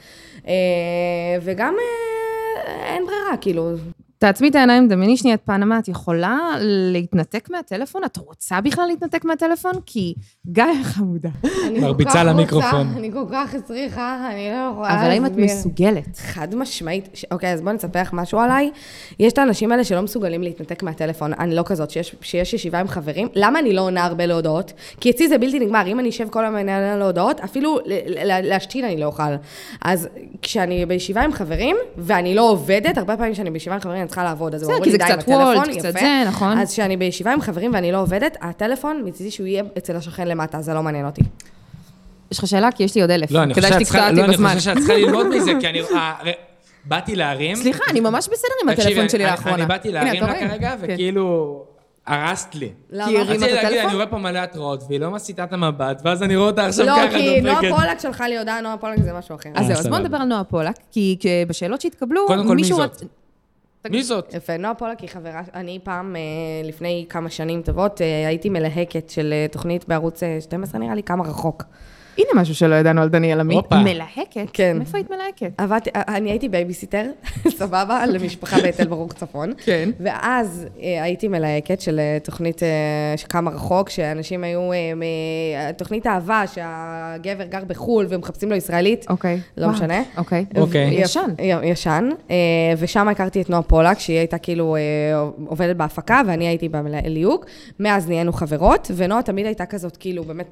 וגם אין ברירה, כאילו. תעצמי את העיניים, דמייני שנייה את פנמה, את יכולה להתנתק מהטלפון? את רוצה בכלל להתנתק מהטלפון? כי גיא חמודה. מרביצה למיקרופון. אני כל כך צריכה, אני לא יכולה... אבל האם את מסוגלת? חד משמעית. אוקיי, אז בואו נצפה לך משהו עליי. יש את האנשים האלה שלא מסוגלים להתנתק מהטלפון. אני לא כזאת, שיש ישיבה עם חברים. למה אני לא עונה הרבה להודעות? כי אצלי זה בלתי נגמר. אם אני אשב כל היום ועונה להודעות, אפילו להשתין אני לא אוכל. אז כשאני בישיבה עם חברים, ואני לא עובדת, הרבה פעמים שאני בישיבה עם חברים, אני צריכה לעבוד, אז הוא אומר לי די עם הטלפון, יפה. זה, נכון. אז כשאני בישיבה עם חברים ואני לא עובדת, הטלפון, מצידי שהוא יהיה אצל השכן למטה, זה לא מעניין אותי. יש לך שאלה? כי יש לי עוד אלף. לא, אני חושב שאת צריכה ללמוד מזה, כי אני... באתי להרים... סליחה, אני ממש בסדר עם הטלפון שלי לאחרונה. אני באתי להרים לה כרגע, וכאילו... הרסת לי. למה? הרימה את הטלפון? אני רואה פה מלא התראות, והיא לא מסיתה את המבט, ואז אני רואה אותה עכשיו ככה דופקת. לא, כי נועה פולק שלחה לי הודעה, נועה פולק זה משהו אחר. אז זהו, אז בואו נדבר על נועה פולק, כי בשאלות שהתקבלו... קודם כל, מי זאת? מי זאת? יפה, נועה פולק היא חברה, אני פעם, לפני כמה שנים טובות, הייתי מלהקת של תוכנית בערוץ שתים עשרה, נראה לי כמה רחוק. הנה משהו שלא ידענו על דניאל עמית. מלהקת? כן. מאיפה היית מלהקת? עבדתי, אני הייתי בייביסיטר, סבבה, למשפחה בתל ברוך צפון. כן. ואז הייתי מלהקת של תוכנית שכמה רחוק, שאנשים היו, תוכנית אהבה, שהגבר גר בחול ומחפשים לו ישראלית. אוקיי. לא משנה. אוקיי. אוקיי. ישן. ישן. ושם הכרתי את נועה פולק, שהיא הייתה כאילו עובדת בהפקה, ואני הייתי בליהוק. מאז נהיינו חברות, ונועה תמיד הייתה כזאת, כאילו, באמת,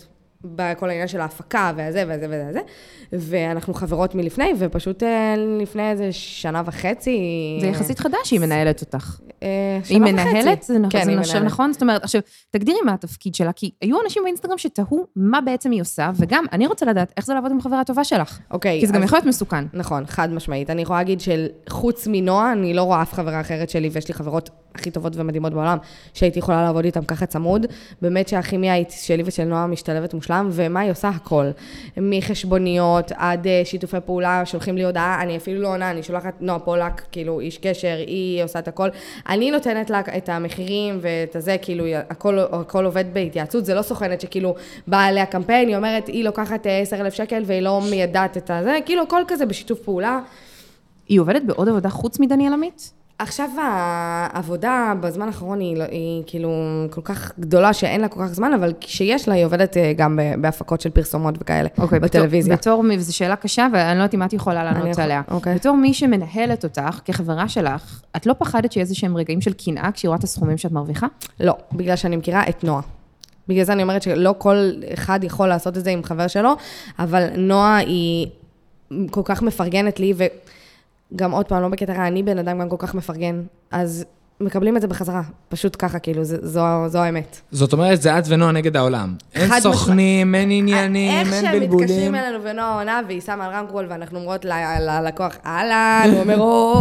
בכל העניין של ההפקה והזה וזה וזה, ואנחנו חברות מלפני, ופשוט לפני איזה שנה וחצי... זה יחסית חדש שהיא מנהלת אותך. שנה היא וחצי. מנהלת? זה כן, היא נחשב מנהלת. נכון? זאת אומרת, עכשיו, תגדירי מה התפקיד שלה, כי היו אנשים באינסטגרם שתהו מה בעצם היא עושה, וגם אני רוצה לדעת איך זה לעבוד עם החברה הטובה שלך. אוקיי. כי זה גם אז- יכול להיות מסוכן. נכון, חד משמעית. אני יכולה להגיד שחוץ מנועה, אני לא רואה אף חברה אחרת שלי, ויש לי חברות הכי טובות ומדהימות בעולם, שהייתי יכולה לעבוד איתם ככה צמוד. באמת שהכימיה שלי ושל נועה משתלבת מושלם, ומה היא עושה הכל. מחשבוניות עד אה, שיתופי פעולה, שולחים לי הודעה, אני אפילו לא עונה, אני שולחת נועה פולק, כאילו איש קשר, היא עושה את הכל. אני נותנת לה את המחירים ואת הזה, כאילו הכל, הכל עובד בהתייעצות, זה לא סוכנת שכאילו באה עליה קמפיין, היא אומרת, היא לוקחת עשרת אלפים שקל והיא לא מיידעת את הזה, כאילו הכל כזה בשיתוף פעולה. היא עובדת בעוד עבודה חוץ מדניאל עמית? עכשיו העבודה בזמן האחרון היא, היא כאילו כל כך גדולה שאין לה כל כך זמן, אבל כשיש לה היא עובדת גם בהפקות של פרסומות וכאלה, אוקיי, בטלוויזיה. בתור, בתור, וזו שאלה קשה, ואני לא יודעת אם את יכולה אני לענות יכול- עליה. אוקיי. בתור מי שמנהלת אותך, כחברה שלך, את לא פחדת שיהיה איזה שהם רגעים של קנאה כשהיא רואה את הסכומים שאת מרוויחה? לא, בגלל שאני מכירה את נועה. בגלל זה אני אומרת שלא כל אחד יכול לעשות את זה עם חבר שלו, אבל נועה היא כל כך מפרגנת לי, וגם עוד פעם, לא בקטע רע, אני בן אדם גם כל כך מפרגן, אז מקבלים את זה בחזרה, פשוט ככה, כאילו, זה, זו, זו האמת. זאת אומרת, זה את ונועה נגד העולם. אין חד סוכנים, אין עניינים, אין איך שהם בלבולים. מתקשרים אלינו ונועה עונה, והיא שמה על רמקול, ואנחנו אומרות ל- ללקוח, אהלן, הוא אומר, או,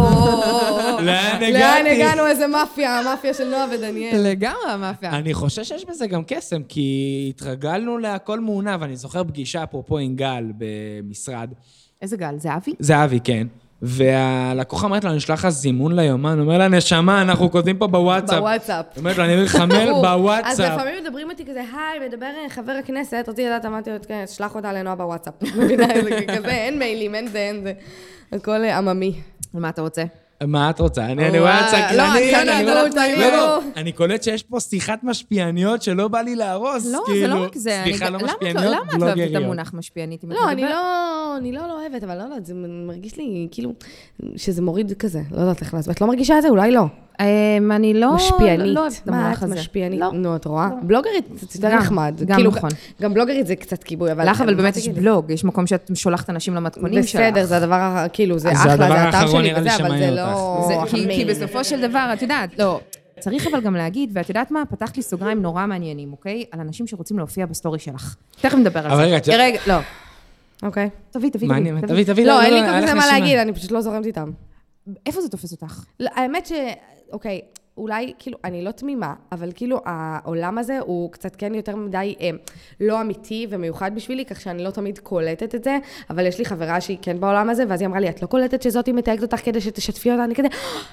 לאן לאן הגעתי? הגענו, איזה מאפיה, המאפיה של נועה ודניאל. לגמרי, המאפיה. אני חושב שיש בזה גם קסם, כי התרגלנו להכל מעונה, ואני זוכר פגישה, אפרופו עם גל במשרד. איזה גל, זה אבי? זה אבי, כן. והלקוחה אומרת לו, אני אשלח לך זימון ליומן, הוא אומר לה, נשמה, אנחנו כותבים פה בוואטסאפ. בוואטסאפ. הוא אומר לו, אני אביא לך מייל ברור. אז בוואטסאפ. לפעמים מדברים איתי כזה, היי, מדבר חבר הכנסת, רציתי לדעת, אמרתי לו, כן, שלח אותה לנועה בוואטסאפ. מבינה, זה כזה, אין מיילים, אין זה, אין זה. הכל עממי. ומה אתה רוצה? מה את רוצה? אני וואי, רואה לא, סקרנית, אני אני לא, רואה... תגידו. לא, לא, אני קולט שיש פה שיחת משפיעניות שלא בא לי להרוס, לא, כאילו, זה לא רק זה. סליחה, אני- לא למה את משפיעניות, למה את לא אוהבת את בלוגריות. המונח משפיענית? אם את לא, אני מדברת? לא, אני לא לא אוהבת, אבל לא יודעת, זה מרגיש לי כאילו שזה מוריד כזה, לא יודעת איך להסביר. את לא מרגישה את זה? אולי לא. אמ, אני לא... משפיענית. לא אוהבת את מה המונח את הזה. משפיענית? לא. נו, את רואה? בלוגרית זה יותר גם, נחמד. גם כאילו, נכון. גם בלוגרית זה קצת כיבוי, אבל... לך אבל מה באמת יש תגידי? בלוג, יש מקום שאת שולחת אנשים למתכונים שלך. בסדר, זה הדבר, ה- כאילו, זה אז זה אחלה, הדבר זה אתר האחרון שלי נראה לי וזה, אבל זה שמעניין לא... זה, כי, כי המיין. בסופו של דבר, את יודעת, לא, צריך אבל גם להגיד, ואת יודעת מה, פתחת לי סוגריים נורא מעניינים, אוקיי? על אנשים שרוצים להופיע בסטורי שלך. תכף נדבר על אבל זה. רגע, את יודעת- רגע, לא. אוקיי. תביא, תביא, מעניין, תביא. תביא, תביא. לא, אין לי היה כל לך כך מה נשימה. להגיד, אני פשוט לא זורמת איתם. איפה זה תופס אותך? לא, האמת ש... אוקיי, אולי, כאילו, אני לא תמימה, אבל כאילו, העולם הזה הוא קצת כן יותר מדי אה, לא אמיתי ומיוחד בשבילי, כך שאני לא תמיד קולטת את זה, אבל יש לי חברה שהיא כן בעולם הזה, ואז היא אמרה לי, את לא קולטת שזאתי מתייגת אותך כדי שתשתפי אותה? אני כזה,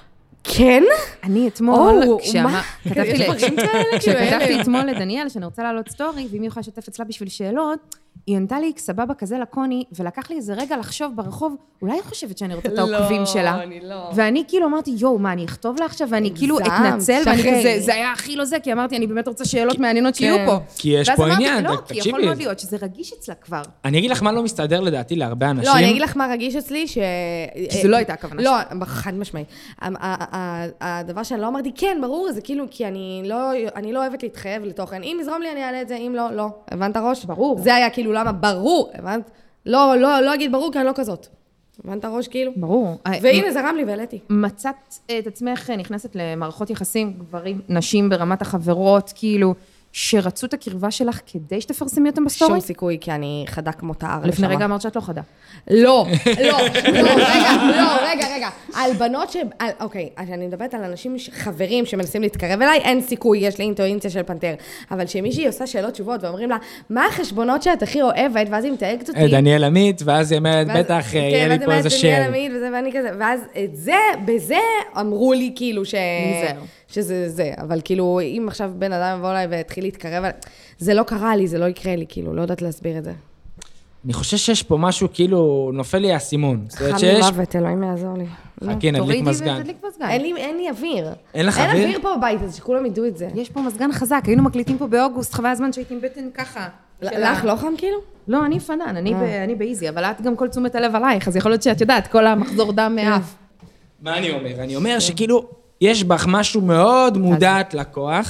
כן? אני אתמול, או, כשאמה- מה? כתבתי יש ל- דברים כאלה? כאילו, כשכתבתי אלה. אתמול לדניאל, שאני רוצה לעלות סטורי, ואם היא יכולה לשתף אצלה בשביל שאלות, היא ענתה לי סבבה כזה לקוני, ולקח לי איזה רגע לחשוב ברחוב, אולי היא חושבת שאני רוצה את העוקבים לא, שלה. אני לא. ואני כאילו אמרתי, יואו, מה, אני אכתוב לה עכשיו, ואני כאילו הגזמת, אתנצל, ואני שחררי. כזה, זה היה הכי לא זה, כי אמרתי, אני באמת רוצה שאלות מעניינות שיהיו כן. פה. כי יש ואז פה אמרתי, עניין, לא, ת- כי תקשיבי. יכול מאוד להיות שזה רגיש אצלה כבר. אני אגיד לך מה לא מסתדר לדעתי להרבה אנשים. לא, אני אגיד לך מה רגיש אצלי, ש... שזה לא הייתה הכוונה לא, חד משמעי. ה- ה- ה- הדבר שאני לא אמרתי, כן, ברור, זה כאילו, כי אני לא, אני לא אוהבת להתחייב לתוכן. אם יזרום לי, אני אעלה את זה, אם לא, לא. הבנת ראש? ברור. זה היה כאילו למה, ברור, הבנת? לא, לא, לא אגיד ברור, כי אני לא כזאת. הבנת ראש, כאילו? ברור. והנה, זרם לי והעליתי. מצאת את עצמך נכנסת למערכות יחסים, גברים, נשים ברמת החברות, כאילו, שרצו את הקרבה שלך כדי שתפרסמי אותם בסטורי? שום סיכוי, כי אני חדה כמו תאר. לפני נשמה. רגע אמרת שאת לא חדה. לא, לא, לא, רגע, לא, רגע, רגע. על בנות ש... על, אוקיי, אז אני מדברת על אנשים, ש- חברים שמנסים להתקרב אליי, אין סיכוי, יש לי אינטואיציה של פנתר. אבל שמישהי עושה שאלות תשובות ואומרים לה, מה החשבונות שאת הכי אוהבת, ואז היא מתייגת אותי. אה, דניאל עמית, ואז היא אומרת, ואז- בטח, כן, יהיה ואז לי פה היא איזה אומרת, שיר. דניאל עמית וזה, ואני כזה, ואז את זה, בזה אמרו לי כאילו ש... נזהר. שזה זה, אבל כאילו, אם עכשיו בן אדם יבוא אליי והתחיל להתקרב, זה לא קרה לי, זה לא יקרה לי, כאילו, לא יודעת להסביר את זה. אני חושב שיש פה משהו, כאילו, נופל לי האסימון. זאת אומרת חם שיש... מוות, אלוהים יעזור לי. חכי, נדליק תורידי מזגן. ותדליק מזגן. אין לי, אין לי אוויר. אין לך אין אוויר? אוויר פה בבית, אז שכולם ידעו את זה. יש פה מזגן חזק, היינו מקליטים פה באוגוסט, חווה הזמן שהייתי עם בטן ככה. של ה- לך לא חם כאילו? לא, אני פנן, אני ב- אני באיזי, אבל את גם כל תשומת הלב עלייך, אז יכול להיות שאת יודעת, כל המחזור דם מאף. מה אני אומר? אני אומר שכאילו, יש בך משהו מאוד מודעת לכוח,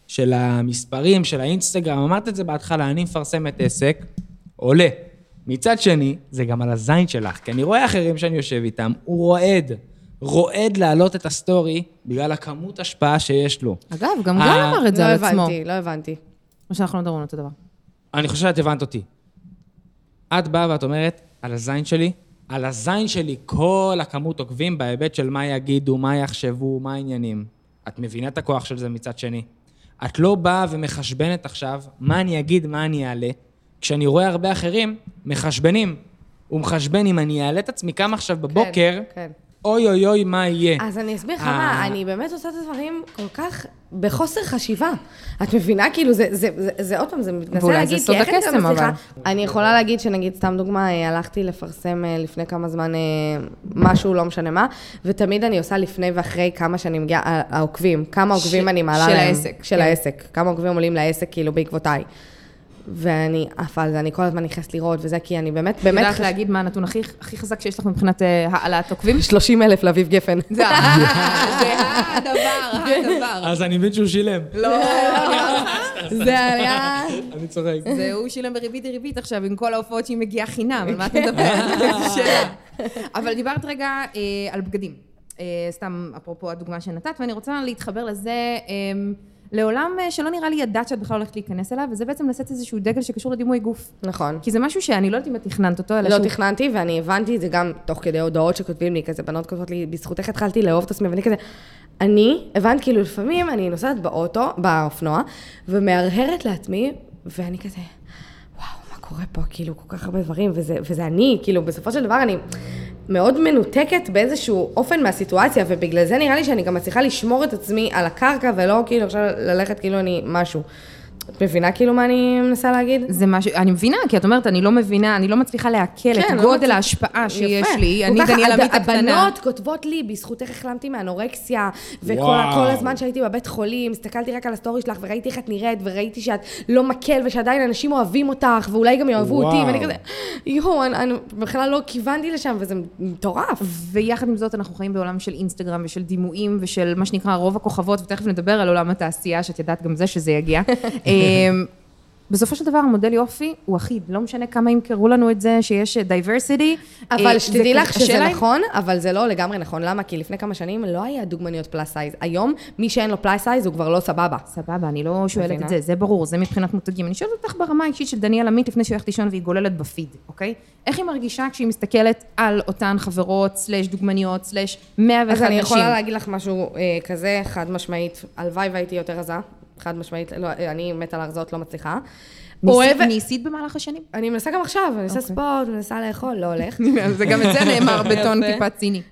של המספרים, של האינסטגרם, אמרת את זה בהתחלה, אני מפרסמת עסק, עולה. מצד שני, זה גם על הזין שלך, כי אני רואה אחרים שאני יושב איתם, הוא רועד, רועד להעלות את הסטורי, בגלל הכמות השפעה שיש לו. אגב, גם גל אמר את זה על עצמו. לא הבנתי, לא הבנתי. או שאנחנו לא מדברים על אותו דבר. אני חושב שאת הבנת אותי. את באה ואת אומרת, על הזין שלי, על הזין שלי כל הכמות עוקבים בהיבט של מה יגידו, מה יחשבו, מה העניינים. את מבינה את הכוח של זה מצד שני. את לא באה ומחשבנת עכשיו מה אני אגיד, מה אני אעלה. כשאני רואה הרבה אחרים, מחשבנים. הוא מחשבן אם אני אעלה את עצמי כמה עכשיו בבוקר, כן, כן. אוי אוי אוי, מה יהיה? אז אני אסביר לך מה, אני באמת עושה את הדברים כל כך בחוסר חשיבה. את מבינה? כאילו, זה, זה, זה, זה עוד פעם, זה מתנסה ואולי להגיד, זה סוד הקסם, אבל. אני יכולה להגיד שנגיד, סתם דוגמה, הלכתי לפרסם לפני כמה זמן משהו, לא משנה מה, ותמיד אני עושה לפני ואחרי כמה שאני מגיעה, העוקבים, כמה עוקבים אני מעלה להם. של העסק. של העסק. כמה עוקבים עולים לעסק, כאילו, בעקבותיי. ואני אף על זה, אני כל הזמן נכנסת לראות, וזה כי אני באמת, באמת... יודעת להגיד מה הנתון הכי, הכי חזק שיש לך מבחינת העלאת עוקבים? שלושים אלף לאביב גפן. זה הדבר, הדבר. אז אני מבין שהוא שילם. לא, זה היה... אני צוחק. זה הוא שילם בריבית דריבית עכשיו, עם כל ההופעות שהיא מגיעה חינם, על מה אתה מדבר? אבל דיברת רגע על בגדים. סתם, אפרופו הדוגמה שנתת, ואני רוצה להתחבר לזה... לעולם שלא נראה לי ידעת שאת בכלל הולכת להיכנס אליו, וזה בעצם לשאת איזשהו דגל שקשור לדימוי גוף. נכון. כי זה משהו שאני לא יודעת אם את תכננת אותו, אלא לא שהוא... תכננתי, ואני הבנתי את זה גם תוך כדי הודעות שכותבים לי, כזה בנות כותבות לי, בזכותך התחלתי לאהוב את עצמי, ואני כזה, אני הבנת כאילו לפעמים אני נוסעת באוטו, באופנוע, ומהרהרת לעצמי, ואני כזה, וואו, מה קורה פה? כאילו, כל כך הרבה דברים, וזה, וזה אני, כאילו, בסופו של דבר אני מאוד מנותקת באיזשהו אופן מהסיטואציה, ובגלל זה נראה לי שאני גם מצליחה לשמור את עצמי על הקרקע, ולא כאילו עכשיו ללכת כאילו אני משהו. את מבינה כאילו מה אני מנסה להגיד? זה משהו, אני מבינה, כי את אומרת, אני לא מבינה, אני לא מצליחה לעכל את גודל ההשפעה שיש לי, אני דניאל עמית הקטנה. הבנות כותבות לי, בזכותך החלמתי מאנורקסיה, וכל הזמן שהייתי בבית חולים, הסתכלתי רק על הסטורי שלך, וראיתי איך את נראית, וראיתי שאת לא מקל, ושעדיין אנשים אוהבים אותך, ואולי גם יאהבו אותי, ואני כזה, יואו, אני בכלל לא כיוונתי לשם, וזה מטורף. ויחד עם זאת, אנחנו חיים בעולם של אינסטגרם, ושל דימויים, ושל מה שנקרא רוב הכוכבות, ותכף נדבר על עולם התעשייה, שאת ידעת גם זה שזה יגיע. בסופו של דבר, המודל יופי הוא אחיד, לא משנה כמה ימכרו לנו את זה, שיש diversity. אבל שתדעי לך שזה נכון, אבל זה לא לגמרי נכון. למה? כי לפני כמה שנים לא היה דוגמניות פלאס סייז. היום, מי שאין לו פלאס סייז הוא כבר לא סבבה. סבבה, אני לא שואלת את זה, זה ברור, זה מבחינת מותגים. אני שואלת אותך ברמה האישית של דניאל עמית, לפני שהיא הולכת לישון והיא גוללת בפיד, אוקיי? איך היא מרגישה כשהיא מסתכלת על אותן חברות, סלש דוגמניות, סלש מאה ואחת נשים? אז אני יכולה להגיד לך משהו כזה, חד משמעית, הלוואי והייתי יותר רזה. חד משמעית, לא, אני מתה להרזות, לא מצליחה. ניסית במהלך השנים? אני מנסה גם עכשיו, אני עושה ספורט, מנסה לאכול, לא הולך. זה גם את זה נאמר בטון טיפה ציני.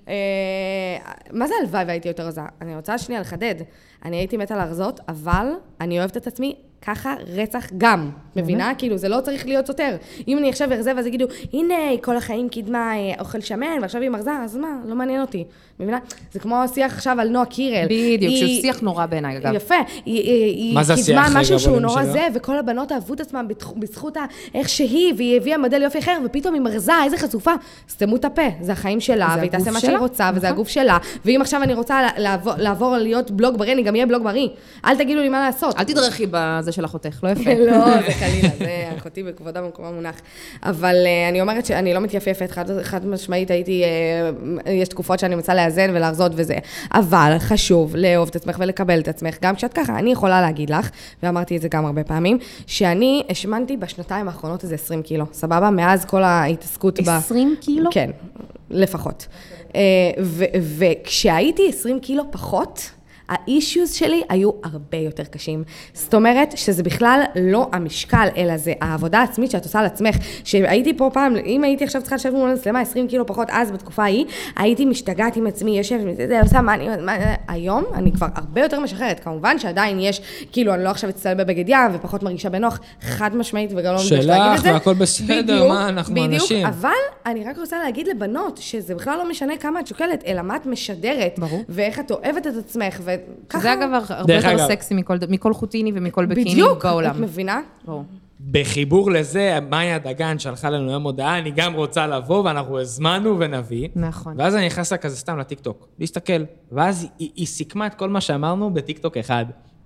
מה זה הלוואי והייתי יותר רזה? אני רוצה שנייה לחדד. אני הייתי מתה להרזות, אבל אני אוהבת את עצמי ככה רצח גם, מבינה? כאילו, זה לא צריך להיות יותר. אם אני עכשיו ארזה, ואז יגידו, הנה, כל החיים קידמה אוכל שמן, ועכשיו היא מרזה, אז מה? לא מעניין אותי. מבינה? זה כמו שיח עכשיו על נועה קירל. בדיוק, שהוא שיח נורא בעיניי, אגב. יפה. היא קידמה משהו שהוא נורא זה, וכל הבנות אהבו את עצמם בזכות איך שהיא, והיא הביאה מודל יופי אחר, ופתאום היא מרזה, איזה חשופה. סתמו את הפה, זה החיים שלה, והיא תעשה מה שהיא רוצה, וזה הגוף שלה. ואם עכשיו אני רוצה לעבור להיות בלוג בריא, אני גם אהיה בלוג בריא. אל תגידו לי מה לעשות. אל תדרכי בזה של אחותך, לא יפה. לא, זה חלילה, זה אחותי בכבודה במקומה מונח. אבל אני אומרת שאני לא מתייפפת, חד משמעית הייתי, יש תקופות שאני מצאה לאזן ולהרזות וזה. אבל חשוב לאהוב את עצמך ולקבל את עצמך, גם כשאת ככה, אני יכולה להגיד לך, ואמרתי את זה גם הרבה פעמים, שאני השמנתי בשנתיים האחרונות איזה עשרים קילו, סבבה? מאז כל ההתעסקות ב... עשרים קילו? כן, לפחות. וכשהייתי עשרים קילו פחות, האישיוז שלי היו הרבה יותר קשים. זאת אומרת שזה בכלל לא המשקל, אלא זה העבודה העצמית שאת עושה על עצמך. שהייתי פה פעם, אם הייתי עכשיו צריכה לשבת מול מצלמה עשרים קילו פחות, אז בתקופה ההיא, הייתי משתגעת עם עצמי, יושב, זה עושה מה אני... היום אני כבר הרבה יותר משחררת. כמובן שעדיין יש, כאילו, אני לא עכשיו אצטל בבגד ים, ופחות מרגישה בנוח, חד משמעית, וגם לא מתבש להגיד את זה. שלך, והכל בסדר, מה, אנחנו אנשים. בדיוק, אבל אני רק רוצה להגיד לבנות, שזה בכלל לא משנה כמה את שוקלת, אלא מה את משדרת, ואיך את אוהבת את עצמך, וככה... זה אגב הרבה יותר סקסי מכל חוטיני ומכל בקיני בעולם. בדיוק, את מבינה? בחיבור לזה, מאיה דגן שלחה לנו היום הודעה, אני גם רוצה לבוא, ואנחנו הזמנו ונביא. נכון. ואז אני נכנסה כזה סתם לטיקטוק, להסתכל. ואז היא, היא סיכמה את כל מה שאמרנו בטיקטוק אחד.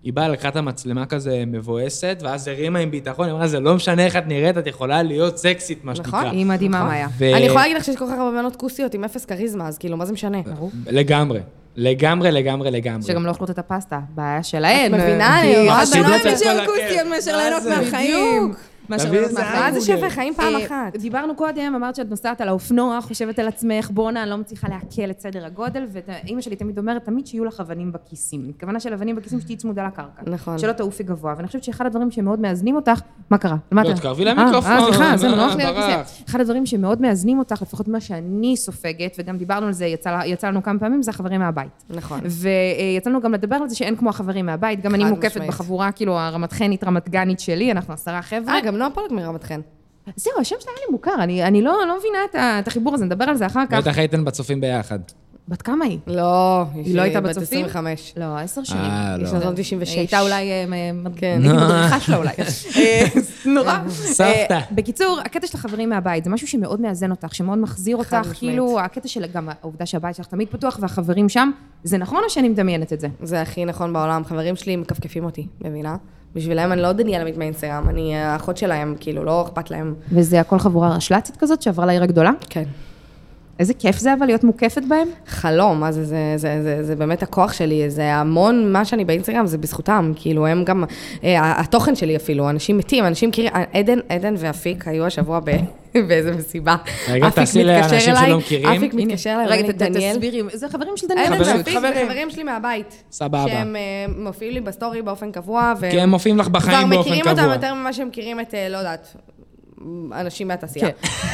היא באה לקחת המצלמה כזה מבואסת, ואז הרימה עם ביטחון, היא אמרה, זה לא משנה איך את נראית, את יכולה להיות סקסית, מה שנקרא. היא מדהימה מאיה. אני יכולה להגיד לך שיש כל כך הרבה בנות כוסיות עם אפס קריזמה, אז כאילו, מה זה משנה? לגמרי. לגמרי, לגמרי, לגמרי. שגם לא אוכלות את הפסטה, בעיה שלהן. את מבינה? אני אומרת, חסידות בנות על כל נשאר הכיף. כוסיות מאשר ליהנות מה זה? מהחיים. מאשר תביא ליהנות איזה מהחיים. מה זה המבורגר. שווה חיים פעם אה, אחת? דיברנו קודם, אמרת שאת נוסעת על האופנוע, חושבת על עצמך, בונה, אני לא מצליחה להקל את סדר הגודל, ואמא שלי תמיד אומרת, תמיד שיהיו לך אבנים בכיסים. הכוונה של אבנים בכיסים שתהיי צמודה לקרקע. נכון. שלא תעופי גבוה. ואני חושבת שאחד הדברים שמאוד מאזנים אותך, מה קרה? למה לא, אתה? תקרבי אה, למיקרופון. אה, סליחה, זה מה, נוח לי על ברח. הכיסא. אחד הדברים שמאוד מאזנים אותך, לפחות מה שאני סופגת, וגם דיברנו על זה, יצא, יצא לנו כמה פעמים, זה החברים מהבית. נכון. ויצא לנו גם לדבר על זה שאין כמו החברים מהבית. גם אני חד מוקפת משמעית. בחבורה, כאילו, הרמת-חנית, רמת-גנית שלי, אנחנו עשרה חבר'ה. אה, גם נועה פולק מרמת חן. זהו, השם שלה היה לי מוכר, אני, אני לא, לא מבינה את, ה- את החיבור הזה, נדבר על זה אחר כך. בטח הייתן בצופים ביחד. בת כמה היא? לא, היא לא הייתה בת בצופים? עשרים וחמש. לא, עשר שנים. אה, היא לא. שנתון תשעים ושש. היא הייתה אולי, אה, מ- כן. הייתי מדריכה שלה אולי. אה, נורא. סבתא. אה, בקיצור, הקטע של החברים מהבית, זה משהו שמאוד מאזן אותך, שמאוד מחזיר אותך, משמעית. כאילו, הקטע של גם העובדה שהבית שלך תמיד פתוח והחברים שם, זה נכון או שאני מדמיינת את זה? זה הכי נכון בעולם. חברים שלי מקפקפים אותי, מבינה? בשבילם אני לא דניאלה מהאינסטגרם, אני האחות שלהם, כאילו, לא אכפת להם. וזה הכל חבורה רשל"צית כזאת שעברה לעיר הגדולה? כן. איזה כיף זה אבל להיות מוקפת בהם? חלום, מה זה, זה, זה, זה, זה באמת הכוח שלי, זה המון מה שאני באינסטגרם, זה בזכותם, כאילו הם גם, אה, התוכן שלי אפילו, אנשים מתים, אנשים מכירים, עדן, עדן ואפיק היו השבוע ב... באיזה מסיבה. רגע, אפיק תעשי מתקשר לאנשים אליי, שלא מכירים. אפיק מתקשר אליי, רגע, ואני, ת- דניאל. תסבירי, זה חברים של דניאל. עדן חברים, ואפיק חברים. זה חברים שלי מהבית. סבבה. שהם אה, מופיעים לי בסטורי באופן קבוע, והם כי הם מופיעים לך בחיים כבר באופן מכירים קבוע. אותם יותר ממה שהם מכירים את, אה, לא יודעת, אנשים מהתעשייה.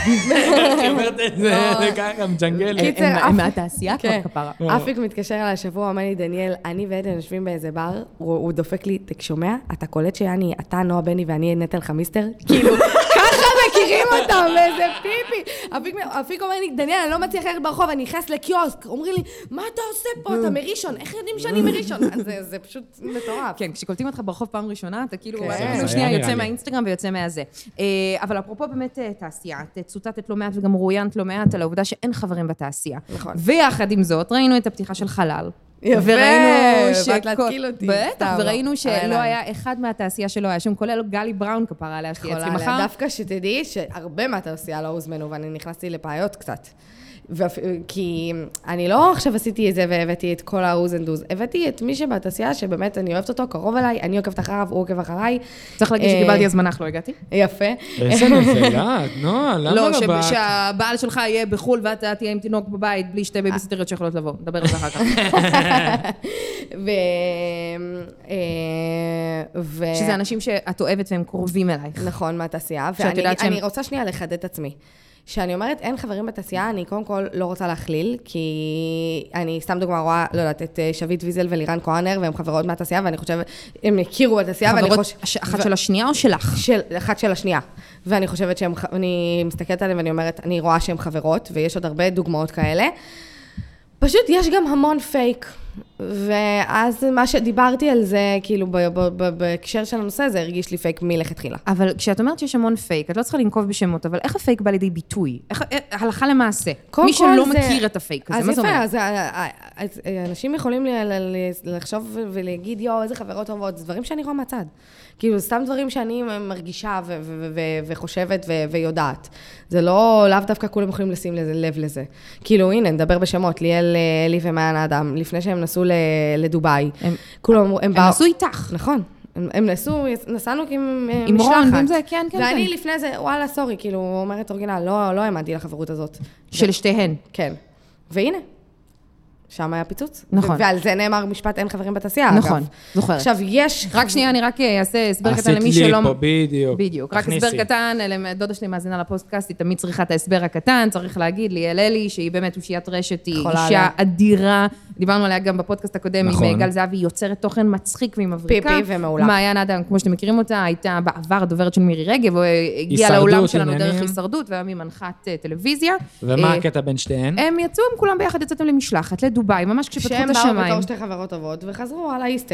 היא אומרת את זה, זה ככה, מג'נגל. קיצר, הם- אף- הם מהתעשייה כבר כן. כפרה. אפיק מתקשר אליי השבוע, אומר לי, דניאל, אני ועדן יושבים באיזה בר, הוא הוא דופק לי, אתה שומע? אתה קולט שאני, אתה נועה בני ואני נטל חמיסטר? כאילו, ככה מכירים אותם, איזה פיפי. אפיק- אפיק אומר לי, דניאל, אני לא מצליח ללכת ברחוב, אני נכנס לקיוסק. אומרים לי, מה אתה עושה פה? אתה מראשון, איך יודעים שאני מראשון? זה- זה פשוט מטורף. כן, כשקולטים אותך ברחוב פעם ראשונה, אתה כאילו, כן. אפילו זה שנייה היה יוצא נראה לי. מהאינסטגרם ויוצא מהזה. אה, אבל אפרופו באמת אה, תעשייה, את צוטטת לא מעט וגם רואיינת לא מעט על העובדה שאין חברים בתעשייה. נכון. ויחד עם זאת, ראינו את הפתיחה של חלל. יפה, וראינו באת שכל- להתקיל אותי. בטח, סתם, וראינו לא. שלא היה היה אחד מהתעשייה שלא היה שם, כולל גלי בראון כפרה עליה שתהיה אצלי יכולה מחר. לה, דווקא שתדעי שהרבה מהתעשייה לא הוזמנו, ואני נכנסתי לפעיות קצת. ואפ... כי אני לא עכשיו עשיתי את זה והבאתי את כל ה-who's and do's, הבאתי את מי שבתעשייה שבאמת אני אוהבת אותו, קרוב אליי, אני עוקבת אחריו, הוא עוקב אחריי. צריך להגיד אה, שקיבלתי הזמנה, אך לא הגעתי. יפה. איזה נבלה, נועה, למה לא, לא ש- באת? שהבעל שלך יהיה בחו"ל ואתה תהיה עם תינוק בבית, בלי שתי בייביסיטריות שיכולות לבוא. נדבר על זה אחר כך. ו... אה, ו... שזה אנשים שאת אוהבת והם קרובים אלייך. נכון, מהתעשייה. שאת ואני יודעת שהם- אני רוצה שנייה לחדד את עצמי. כשאני אומרת אין חברים בתעשייה, אני קודם כל לא רוצה להכליל, כי אני סתם דוגמה רואה, לא יודעת, את אה, שביט ויזל ולירן כהנר, והן חברות מהתעשייה, ואני חושבת, הם הכירו בתעשייה, ואני חברות חושבת... הש- אחת של השנייה או שלך? של, אחת של השנייה. ואני חושבת שהן, ח- אני מסתכלת עליהן ואני אומרת, אני רואה שהן חברות, ויש עוד הרבה דוגמאות כאלה. פשוט יש גם המון פייק. ואז מה שדיברתי על זה, כאילו, ב- ב- ב- בהקשר של הנושא, זה הרגיש לי פייק מלכתחילה. אבל כשאת אומרת שיש המון פייק, את לא צריכה לנקוב בשמות, אבל איך הפייק בא לידי ביטוי? איך, איך- הלכה למעשה. קודם מי כל שלא זה- מכיר את הפייק הזה, אז מה זה יפה, אומר? אז ה- ה- אז אנשים יכולים ל- ל- ל- לחשוב ולהגיד, יואו, איזה חברות טובות, זה דברים שאני רואה מהצד. כאילו, סתם דברים שאני מרגישה ו- ו- ו- וחושבת ו- ויודעת. זה לא, לאו דווקא כולם יכולים לשים לזה- לב לזה. כאילו, הנה, נדבר בשמות, ליאל, אלי ומעיין האדם, לפני שהם נסעו ל- לדובאי. הם- כולם אמרו, הם באו- נסעו איתך. נכון. הם, הם נסעו, נסענו עם, עם משלחת. רון ועם זה, כן, כן, ואני כן. לפני זה, וואלה, סורי, כאילו, אומרת אורגינל, לא, לא האמנתי לחברות הזאת. של שתיהן. כן. והנה, שם היה פיצוץ. נכון. ו- ועל זה נאמר משפט אין חברים בתעשייה, אגב. נכון, זוכרת. עכשיו, יש... רק שנייה, אני רק אעשה הסבר קטן עשית למי לי שלא... פה, בדיוק. בדיוק, רק תכניסי. הסבר קטן, אלה- דודה שלי מאזינה לפודקאסט, היא תמיד צריכה את ההסבר הקטן, צריך להגיד לי, אלי, שהיא באמת אושיית רשת, היא חולה אישה עליה. אדירה, דיברנו עליה גם בפודקאסט הקודם, נכון. עם גל זהבי, היא יוצרת תוכן מצחיק והיא מבריקה. פיפי ומעולה. מעיין אדם, כמו שאתם מכירים אותה, הייתה בעבר הדוברת של מירי רגב, או הגיעה הישרדות, לעולם שלנו עניינים. דרך הישרדות, והיום היא מנחת אה, טלוויזיה. ומה אה, הקטע בין שתיהן? הם יצאו עם כולם ביחד, יצאתם למשלחת, לדובאי, ממש כשפתחו את שהם באו השמיים. בתור שתי חברות טובות, וחזרו על האיסטר.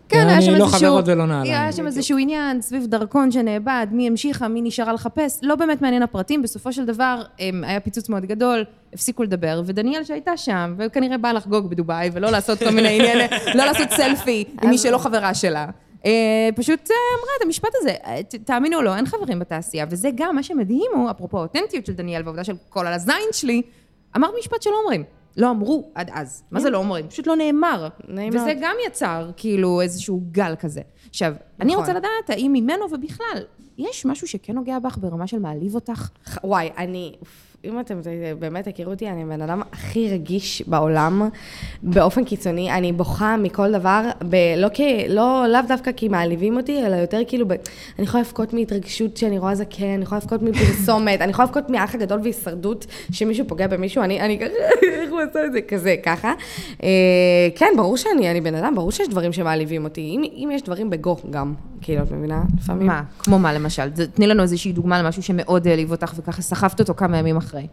כן, היה שם אני לא איזשהו... חברות ולא נעליים. היה שם איזשהו עניין סביב דרכון שנאבד, מי המשיכה, מי נשארה לחפש, לא באמת מעניין הפרטים, בסופו של דבר היה פיצוץ מאוד גדול, הפסיקו לדבר, ודניאל שהייתה שם, וכנראה באה לחגוג בדובאי, ולא לעשות כל מיני עניינים, לא לעשות סלפי עם מי שלא חברה שלה. פשוט אמרה את המשפט הזה, תאמינו לו, אין חברים בתעשייה, וזה גם מה שמדהים הוא, אפרופו האותנטיות של דניאל, והעובדה של כל על הזין שלי, אמרת משפט שלא אומרים. לא אמרו עד אז. מה זה לא אומרים? פשוט לא נאמר. וזה גם יצר כאילו איזשהו גל כזה. עכשיו, אני רוצה לדעת האם ממנו ובכלל, יש משהו שכן נוגע בך ברמה של מעליב אותך? וואי, אני... אם אתם באמת הכירו אותי, אני בן אדם הכי רגיש בעולם, באופן קיצוני, אני בוכה מכל דבר, לא, לא, לאו דווקא כי מעליבים אותי, אלא יותר כאילו, ב, אני יכולה לפקות מהתרגשות שאני רואה זקן, אני יכולה לפקות מפרסומת, אני יכולה לפקות מהאח הגדול והישרדות, שמישהו פוגע במישהו, אני, אני ככה, איך הוא עושה את זה? כזה, ככה. כן, ברור שאני, אני בן אדם, ברור שיש דברים שמעליבים אותי, אם, אם יש דברים בגו גם, כאילו, את מבינה? לפעמים. מה? כמו מה, למשל? תני לנו איזושהי דוגמה למשהו שמאוד העליב אותך, וככה סחבת אותו כמה ימים אחרי.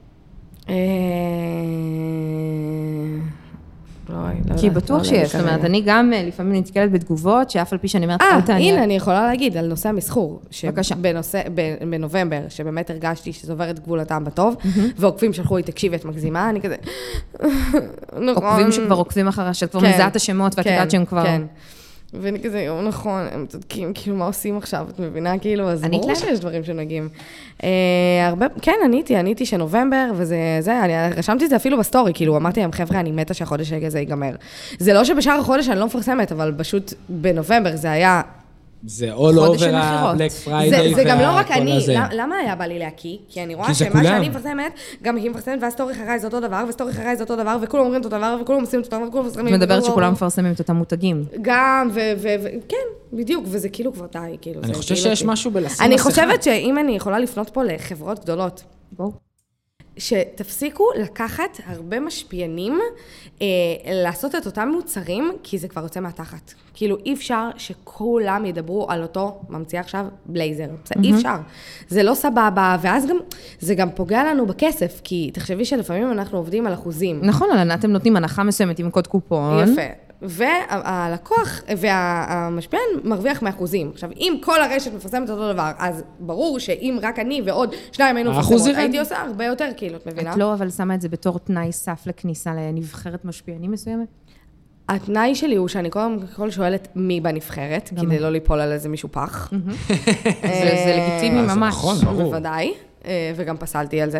כי בטוח שיש, זאת אומרת, אני גם לפעמים נתקלת בתגובות, שאף על פי שאני אומרת, אה, הנה, אני יכולה להגיד על נושא המסחור. בבקשה. בנובמבר, שבאמת הרגשתי שזה עובר את גבול הטעם בטוב, ועוקבים שלחו לי, תקשיבי, את מגזימה, אני כזה... עוקבים שכבר עוקבים אחרי, שאת כבר מזהה את השמות, ואת יודעת שהם כבר... ואני כזה, יום נכון, הם צודקים, כאילו, מה עושים עכשיו? את מבינה, כאילו, אז ברור שיש דברים שנוגעים. הרבה, כן, עניתי, עניתי שנובמבר, וזה, זה, אני רשמתי את זה אפילו בסטורי, כאילו, אמרתי להם, חבר'ה, אני מתה שהחודש הזה ייגמר. זה לא שבשאר החודש אני לא מפרסמת, אבל פשוט בנובמבר זה היה... זה all over ה-Black Friday. זה גם לא רק אני, למה היה בא לי להקיא? כי אני רואה שמה שאני מפרסמת, גם היא מפרסמת, והסטורי אחריי זה אותו דבר, וסטורי אחריי זה אותו דבר, וכולם אומרים את אותו דבר, וכולם עושים את אותו דבר, וכולם מפרסמים. את מדברת שכולם מפרסמים את אותם מותגים. גם, וכן, בדיוק, וזה כאילו כבר די, כאילו. אני חושב שיש משהו בלשים מסכה. אני חושבת שאם אני יכולה לפנות פה לחברות גדולות, בואו. שתפסיקו לקחת הרבה משפיענים, אה, לעשות את אותם מוצרים, כי זה כבר יוצא מהתחת. כאילו, אי אפשר שכולם ידברו על אותו, ממציאה עכשיו, בלייזר. זה אי אפשר. זה לא סבבה, ואז גם, זה גם פוגע לנו בכסף, כי תחשבי שלפעמים אנחנו עובדים על אחוזים. נכון, אתם נותנים הנחה מסוימת עם קוד קופון. יפה. והלקוח והמשפיען מרוויח מאחוזים. עכשיו, אם כל הרשת מפרסמת אותו דבר, אז ברור שאם רק אני ועוד שניים היינו מפרסמות, הייתי עושה הרבה יותר, כאילו, את מבינה? את לא, אבל שמה את זה בתור תנאי סף לכניסה לנבחרת משפיענים מסוימת? התנאי שלי הוא שאני קודם כל שואלת מי בנבחרת, כדי לא ליפול על איזה מישהו פח. זה לגיטימי ממש. נכון, ברור. בוודאי, וגם פסלתי על זה.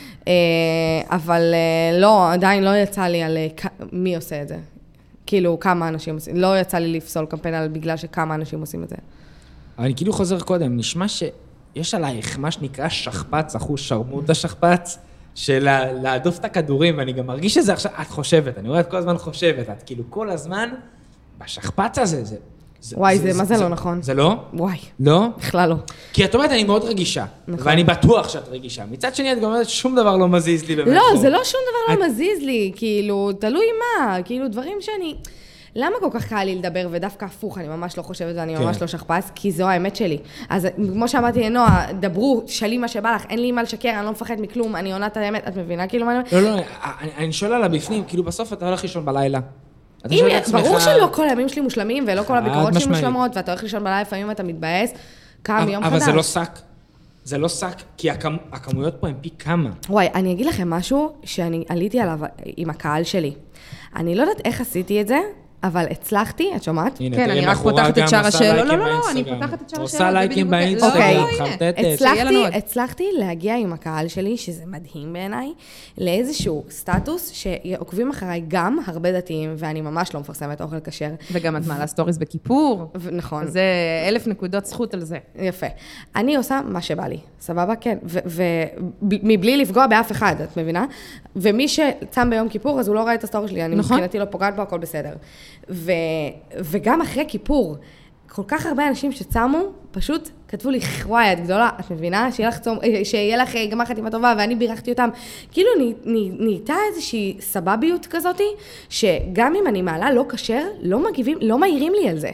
אבל לא, עדיין לא יצא לי על מי עושה את זה. כאילו, כמה אנשים עושים, לא יצא לי לפסול קמפיין על בגלל שכמה אנשים עושים את זה. אבל אני כאילו חוזר קודם, נשמע שיש עלייך מה שנקרא שכפץ, אחוז שרמוט השכפץ, של להדוף את הכדורים, ואני גם מרגיש שזה עכשיו, את חושבת, אני רואה את כל הזמן חושבת, את כאילו כל הזמן, בשכפץ הזה, זה... וואי, זה, מה זה לא נכון? זה לא? וואי. לא? בכלל לא. כי את אומרת, אני מאוד רגישה, ואני בטוח שאת רגישה. מצד שני, את גם אומרת, שום דבר לא מזיז לי באמת. לא, זה לא שום דבר לא מזיז לי, כאילו, תלוי מה, כאילו, דברים שאני... למה כל כך קל לי לדבר, ודווקא הפוך, אני ממש לא חושבת ואני ממש לא שכפ"ץ, כי זו האמת שלי. אז כמו שאמרתי לנועה, דברו, שלי מה שבא לך, אין לי מה לשקר, אני לא מפחד מכלום, אני עונה את האמת, את מבינה כאילו מה אני אומרת? לא, לא, אני שואל על הבפנים, כאילו בסוף אתה הולך לישון בלילה. ברור שלא כל הימים שלי מושלמים, ולא כל הביקורות שלי מושלמות, ואתה הולך לישון בלילה, לפעמים אתה מתבאס, קם יום חדש. אבל זה לא שק. זה לא שק, כי הכמויות פה הן פי כמה. וואי, אני אגיד לכם משהו שאני עליתי עליו עם הקהל שלי. אני לא יודעת איך עשיתי את זה, אבל הצלחתי, את שומעת? כן, אני רק פותחת את שאר השאלות. לא, לא, לא, אני פותחת את שאר השאלות. עושה לייקים באינסטגרם, חרטטת. הצלחתי להגיע עם הקהל שלי, שזה מדהים בעיניי, לאיזשהו סטטוס שעוקבים אחריי גם הרבה דתיים, ואני ממש לא מפרסמת אוכל כשר. וגם את מעלה סטוריס בכיפור. נכון. זה אלף נקודות זכות על זה. יפה. אני עושה מה שבא לי, סבבה? כן. ומבלי לפגוע באף אחד, את מבינה? ומי שצם ביום כיפור, אז הוא לא ראה את הסטורי שלי, אני מבחינתי לא פוגעת בו, הכל בסדר. ו, וגם אחרי כיפור, כל כך הרבה אנשים שצמו, פשוט כתבו לי, וואי, את גדולה, את מבינה? שיהיה לך, צום, שיהיה לך גמר חתימה טובה, ואני בירכתי אותם. כאילו נהייתה איזושהי סבביות כזאת, שגם אם אני מעלה לא כשר, לא מגיבים, לא מעירים לי על זה.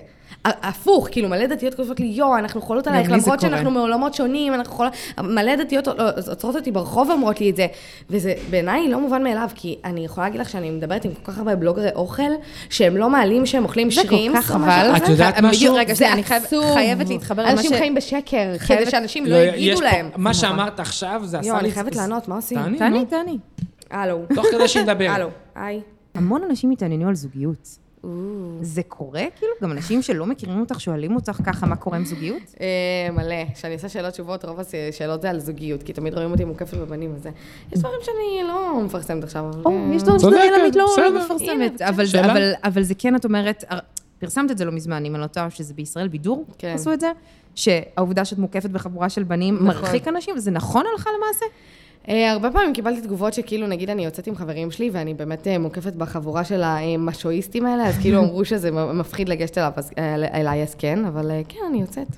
הפוך, כאילו מלא דתיות כותבות לי, יו, אנחנו חולות עלייך, למרות שאנחנו מעולמות שונים, אנחנו חולות, מלא דתיות עוצרות אותי ברחוב ואומרות לי את זה, וזה בעיניי לא מובן מאליו, כי אני יכולה להגיד לך שאני מדברת עם כל כך הרבה בלוגרי אוכל, שהם לא מעלים שהם אוכלים שרימס. זה כל כך חבל. את יודעת משהו? רגע, אני חייבת להתחבר למה ש... אנשים חיים בשקר, כדי שאנשים לא יגידו להם. מה שאמרת עכשיו, זה עשה לי... יו, אני חייבת לענות, מה עושים? תעני, תעני. הלו. תוך כדי שנדבר. הלו, היי. המון אנשים מתעניינים על זוגיות. זה קורה? כאילו, גם אנשים שלא מכירים אותך, שואלים אותך ככה, מה קורה עם זוגיות? מלא. כשאני עושה שאלות תשובות, רוב השאלות זה על זוגיות, כי תמיד רואים אותי מוקפת בבנים וזה. יש דברים שאני לא מפרסמת עכשיו. יש דברים שדניאל עמית לא מפרסמת. אבל זה כן, את אומרת, פרסמת את זה לא מזמן, אם אני לא טועה, שזה בישראל בידור, עשו את זה, שהעובדה שאת מוקפת בחבורה של בנים מרחיק אנשים, זה נכון הלכה למעשה? הרבה פעמים קיבלתי תגובות שכאילו, נגיד, אני יוצאת עם חברים שלי, ואני באמת מוקפת בחבורה של המשואיסטים האלה, אז כאילו אמרו שזה מפחיד לגשת אליי, אז כן, אבל כן, אני יוצאת.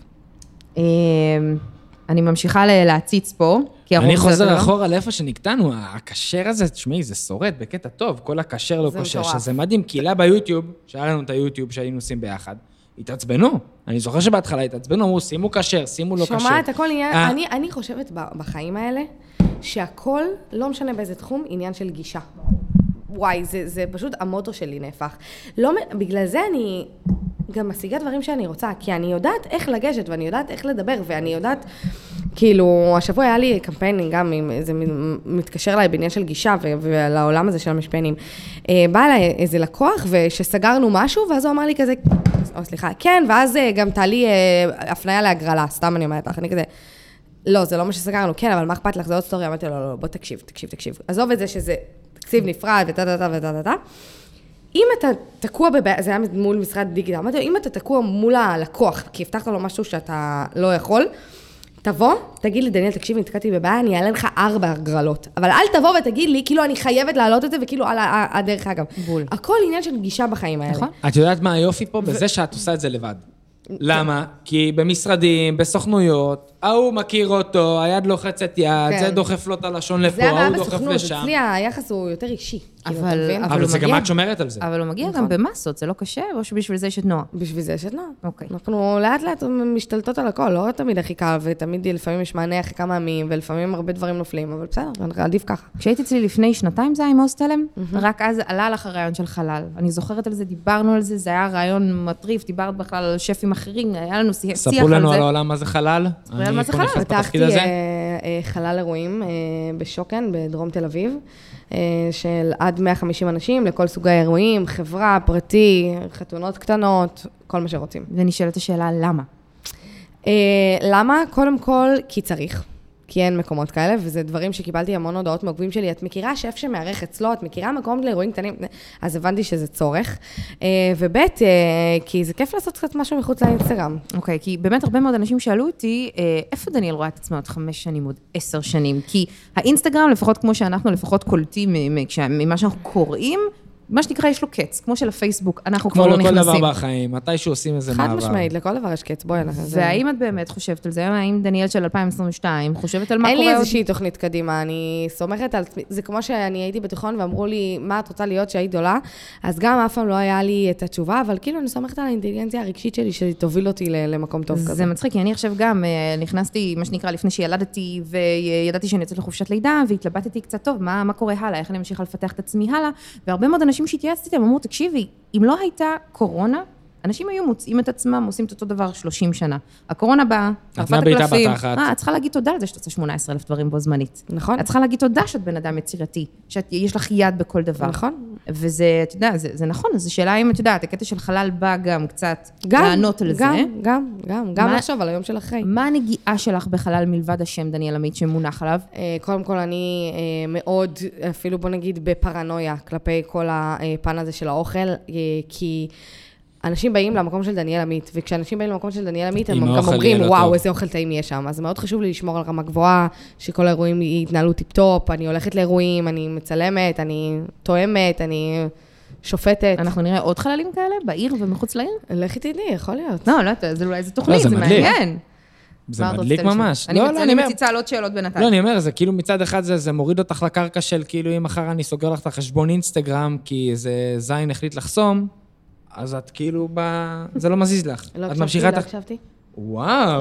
אני ממשיכה להציץ פה, כי אני חוזר אחורה לאיפה שנקטענו, הקשר הזה, תשמעי, זה שורד בקטע טוב, כל הקשר לא קושר, שזה מדהים, קהילה ביוטיוב, שהיה לנו את היוטיוב שהיינו עושים ביחד, התעצבנו. אני זוכר שבהתחלה התעצבנו, אמרו, שימו קשר, שימו לא קשר. שומעת, הכל עניין, אני, אני חושבת בחיים האלה, שהכל, לא משנה באיזה תחום, עניין של גישה. וואי, זה, זה פשוט המוטו שלי נהפך. לא, בגלל זה אני גם משיגה דברים שאני רוצה, כי אני יודעת איך לגשת, ואני יודעת איך לדבר, ואני יודעת, כאילו, השבוע היה לי קמפיינינג, גם אם זה מתקשר אליי בעניין של גישה, ולעולם הזה של המשפיענים. בא אליי איזה לקוח, ושסגרנו משהו, ואז הוא אמר לי כזה, או סליחה, כן, ואז גם תעלי הפניה להגרלה, סתם אני אומרת לך, אני כזה, לא, זה לא מה שסגרנו, כן, אבל מה אכפת לך, זה עוד סטורי, אמרתי לו, לא, לא, בוא תקשיב, תקשיב, תקשיב. עזוב את זה שזה תקציב נפרד, וטה-טה-טה וטה-טה-טה. אם אתה תקוע בבעיה, זה היה מול משרד דיגיטל, אמרתי לו, אם אתה תקוע מול הלקוח, כי הבטחת לו משהו שאתה לא יכול, תבוא, תגיד לי, דניאל, תקשיב, נתקעתי בבעיה, אני אעלה לך ארבע הגרלות. אבל אל תבוא ותגיד לי, כאילו אני חייבת להעלות את זה, וכאילו על הדרך אגב. בול. הכל עניין של גישה בחיים האלה. נכון. את יודעת מה היופי פה? בזה שאת עושה את זה לבד. למה? כי במשרדים, בסוכנויות, ההוא מכיר אותו, היד לוחצת יד, זה דוחף לו את הלשון לפה, ההוא דוחף לשם. אצלי היחס הוא יותר אישי. אבל זה גם את שומרת על זה. אבל הוא מגיע גם במסות, זה לא קשה, או שבשביל זה יש את נועה? בשביל זה יש את נועה. אוקיי. אנחנו לאט לאט משתלטות על הכל, לא תמיד הכי קל, ותמיד לפעמים יש מענה הכי כמה ימים, ולפעמים הרבה דברים נופלים, אבל בסדר, עדיף ככה. כשהייתי אצלי לפני שנתיים זה היה עם אוסטלם, רק אז עלה לך הרעיון של חלל. אני זוכרת על זה, דיברנו על זה, זה היה רעיון מטריף, דיברת בכלל על שפים אחרים, היה לנו שיח על זה. ספרו לנו על העולם מה זה חלל. מה זה חלל? פתחתי חלל אירועים בשוקן, בדרום תל אביב, של עד מאה וחמישים אנשים, לכל סוגי האירועים, חברה, פרטי, חתונות קטנות, כל מה שרוצים. ונשאלת השאלה, למה? למה? קודם כל, כי צריך. כי אין מקומות כאלה, וזה דברים שקיבלתי המון הודעות מעוקבים שלי, את מכירה שף שמערך אצלו, את מכירה מקום לאירועים קטנים, אז הבנתי שזה צורך. ובית, כי זה כיף לעשות קצת משהו מחוץ לאינסטגרם. אוקיי, כי באמת הרבה מאוד אנשים שאלו אותי, איפה דניאל רואה את עצמה עוד חמש שנים, עוד עשר שנים? כי האינסטגרם, לפחות כמו שאנחנו לפחות קולטים ממה שאנחנו קוראים, מה שנקרא, יש לו קץ, כמו של הפייסבוק, אנחנו כבר לא נכנסים. כמו לכל דבר בחיים, מתי שעושים איזה מעבר. חד משמעית, לכל דבר יש קץ, בואי לך. והאם את באמת חושבת על זה? האם דניאל של אלפיים עשרים ושתיים חושבת על מה קורה עוד? אין לי איזושהי תוכנית קדימה, אני סומכת על... זה כמו שאני הייתי בתיכון ואמרו לי, מה את רוצה להיות שהיית גדולה? אז גם אף פעם לא היה לי את התשובה, אבל כאילו אני סומכת על האינטליגנציה הרגשית שלי, שתוביל אותי למקום טוב כזה. זה מצחיק, כי אני עכשיו גם נכנסתי, מה שנקרא, לפני שילדתי, וידעתי שאני יוצאת לחופשת לידה, והתלבטתי קצת טוב, מה, מה קורה הלאה, איך אני ממשיכה לפתח את עצמי הלאה, והרבה מאוד אנשים שהתייעצתי, הם אמרו, תקשיבי, אם לא הייתה קורונה, אנשים היו מוצאים את עצמם, עושים את אותו דבר שלושים שנה. הקורונה באה, ערפת הקלפים, אה, את צריכה להגיד תודה על זה שאתה עושה שמונה עשרה אלף דברים בו זמנית. נכון. את צריכה להגיד תודה שאת בן אדם יצירתי, שיש לך יד בכל דבר. נכון. וזה, אתה יודע, זה, זה נכון, אז השאלה אם את יודעת, הקטע של חלל בא גם קצת גם, לענות על גם, זה. גם, גם, גם, גם לחשוב על היום של אחרי. מה הנגיעה שלך בחלל מלבד השם דניאל עמית שמונח עליו? קודם כל, אני מאוד, אפילו בוא נגיד, בפרנויה, כלפי כל הפן הזה של האוכל, כי אנשים באים למקום של דניאל עמית, וכשאנשים באים למקום של דניאל עמית, הם גם אומרים, וואו, איזה אוכל טעים יש שם. אז מאוד חשוב לי לשמור על רמה גבוהה, שכל האירועים יתנהלו טיפ-טופ, אני הולכת לאירועים, אני מצלמת, אני תואמת, אני שופטת. אנחנו נראה עוד חללים כאלה, בעיר ומחוץ לעיר? לכי תדעי, יכול להיות. לא, לא, זה אולי איזה תוכנית, זה מעניין. זה מדליק ממש. אני מציצה על עוד שאלות בינתיים. לא, אני אומר, זה כאילו מצד אחד זה מוריד אותך לקרקע של כאילו אם אחר אני סוגר לך את החשבון אינסטגרם, כי איזה זין החליט לחסום, אז את כאילו ב... זה לא מזיז לך. לא את הקשבתי, ממשיכה לא את... הקשבתי. וואו.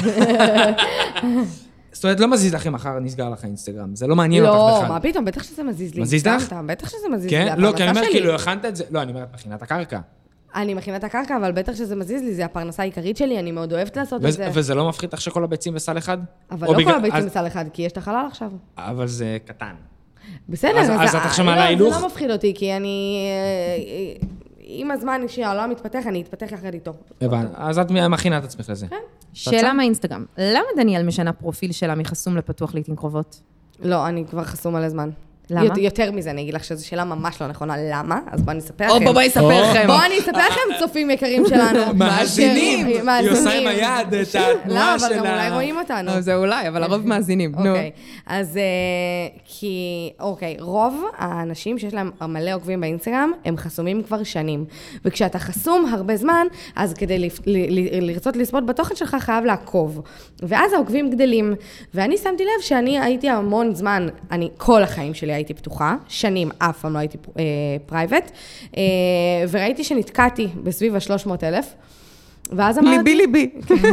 זאת אומרת, לא מזיז לך אם מחר נסגר לך אינסטגרם. זה לא מעניין אותך לא, בכלל. מה פתאום, בטח שזה מזיז לי. מזיז לך? בטח שזה מזיז לי. כן? לא, כי אני אומרת, הפרנסה כאילו, שלי. הכנת את זה... לא, אני אומרת, מכינת הקרקע. אני מכינה את הקרקע, אבל בטח שזה מזיז לי, זה הפרנסה העיקרית שלי, אני מאוד אוהבת לעשות את זה. וזה לא מפחיד לך שכל הביצים בסל אחד? אבל לא כל הביצים בסל אחד, כי יש את החלל עכשיו. אבל זה קטן. בסדר, אז את עכשיו מעלה הילוך? זה לא מפחיד אותי, כי אני... עם הזמן שהעולם מתפתח, אני אתפתח יחד איתו. הבנתי, אז את מכינה את עצמך לזה. שאלה מהאינסטגרם, למה דניאל משנה פרופיל שלה מחסום לפתוח לעתים קרובות? לא, אני כבר חסום על הזמן. למה? יותר מזה, אני אגיד לך שזו שאלה ממש לא נכונה. למה? אז בואו אני אספר או, לכם. בואו בואי אספר לכם. בואו אני אספר לכם, צופים יקרים שלנו. מאזינים. היא מאזינים. עושה עם היד את לא, התנועה אבל של גם ה... אולי רואים אותנו. זה אולי, אבל הרוב מאזינים. נו. אוקיי, אז אה, כי, אוקיי, רוב האנשים שיש להם מלא עוקבים באינסטגרם, הם חסומים כבר שנים. וכשאתה חסום הרבה זמן, אז כדי לפ- ל- ל- לרצות לספוט בתוכן שלך, חייב לעקוב. ואז העוקבים גדלים. ואני שמתי לב שאני הייתי המון זמן, אני כל החיים שלי הייתי פתוחה, שנים אף פעם לא הייתי אה, פרייבט, אה, וראיתי שנתקעתי בסביב ה-שלוש מאות אלף, ואז אמרתי... ליבי ליבי.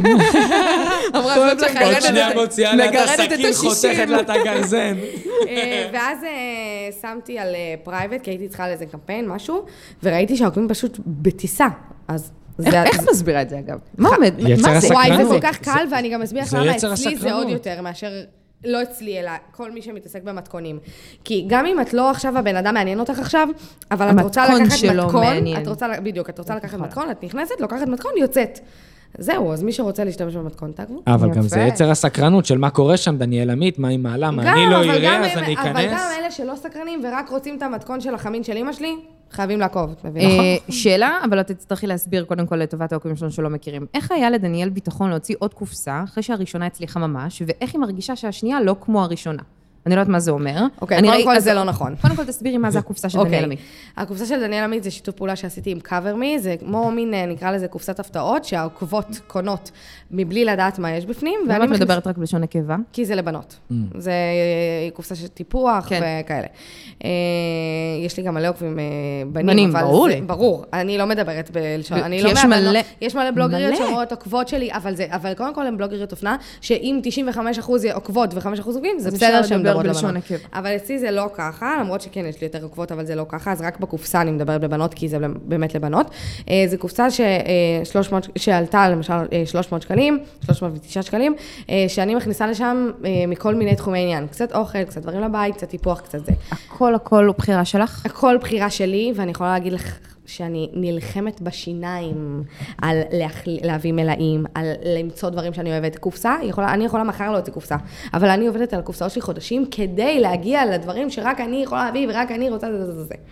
אמרה זאת עוד שנייה מוציאה לה את מגרדת את הסכין, השישים. חותכת לה את הגרזן. אה, ואז אה, שמתי על פרייבט, כי הייתי צריכה לאיזה קמפיין, משהו, וראיתי שהעוקבים פשוט בטיסה. אז זה... איך מסבירה את זה אגב? מה עומד? יצר מה זה? וואי, זה הסקרנות. כל כך קל, ואני גם אסביר לך זה למה יצר אצלי זה הסקרנות. עוד יותר מאשר... לא אצלי, אלא כל מי שמתעסק במתכונים. כי גם אם את לא עכשיו הבן אדם מעניין אותך עכשיו, אבל את רוצה המתכון לקחת שלו מתכון, מעניין. את רוצה, בדיוק, את רוצה לקחת מתכון, את נכנסת, לוקחת מתכון, יוצאת. זהו, אז מי שרוצה להשתמש במתכון, תעקבו. אבל גם יפה. זה יצר הסקרנות של מה קורה שם, דניאל עמית, מה היא מעלה, מה אני גם, לא אבל אראה, גם אז הם- אני אבל אכנס. גם אלה שלא סקרנים ורק רוצים את המתכון של החמין של אמא שלי, חייבים לעקוב, את מבינה? אה, שאלה, אבל את תצטרכי להסביר קודם כל לטובת העוקבים שלנו שלא מכירים. איך היה לדניאל ביטחון להוציא עוד קופסה, אחרי שהראשונה הצליחה ממש, ואיך היא מרגישה שהשנייה לא כמו הראשונה? אני לא יודעת מה זה אומר. אוקיי, אני קודם ראי- כל אז- זה לא נכון. קודם כל תסבירי מה זה הקופסה של דניאל עמית. הקופסה של דניאל עמית זה שיתוף פעולה שעשיתי עם CoverMe, זה כמו מין, נקרא לזה קופסת הפתעות, שהעוקבות קונות מבלי לדעת מה יש בפנים. למה ואני את מכניס- מדברת רק בלשון נקבה? כי זה לבנות. זה קופסה של טיפוח כן. וכאלה. אה, יש לי גם מלא עוקבים אה, בנים, בנים, אבל ברור זה- לי. ברור. אני לא מדברת בלשון, ו- אני כי לא יש מהבנות- מלא- יש מלא בלוגריות מלא. שאומרות עוקבות שלי, אבל זה, אבל קודם כל הן בלוגריות אופנה, שאם תשעים וחמישה אחוז עוקבות ו-חמישה אחוז עוקבים, זה אז בסדר אפשר שהן לדבר מדברות בלשון לבנות. נקבה. אבל אצלי זה לא ככה, למרות שכן, יש לי יותר עוקבות, אבל זה לא ככה, אז רק בקופסה אני מדברת בבנות, כי זה באמת לבנות. אה, זו קופסה ש- אה, שלוש מאות שעלתה למשל אה, שלוש מאות שקלים, שלוש מאות ותשעה שקלים, אה, שאני מכניסה לשם אה, מכל מיני תחומי עניין. קצת אוכל, קצת דברים לבית, קצת טיפוח, קצת זה. הכל הכל הוא בחירה שלך? הכל בחירה שלי, ואני יכולה להגיד לך שאני נלחמת בשיניים על להחל... להביא מלאים, על למצוא דברים שאני אוהבת. קופסה, יכולה, אני יכולה מחר להוציא קופסה, אבל אני עובדת על קופסאות שלי חודשים כדי להגיע לדברים שרק אני יכולה להביא ורק אני רוצה זה זה זה.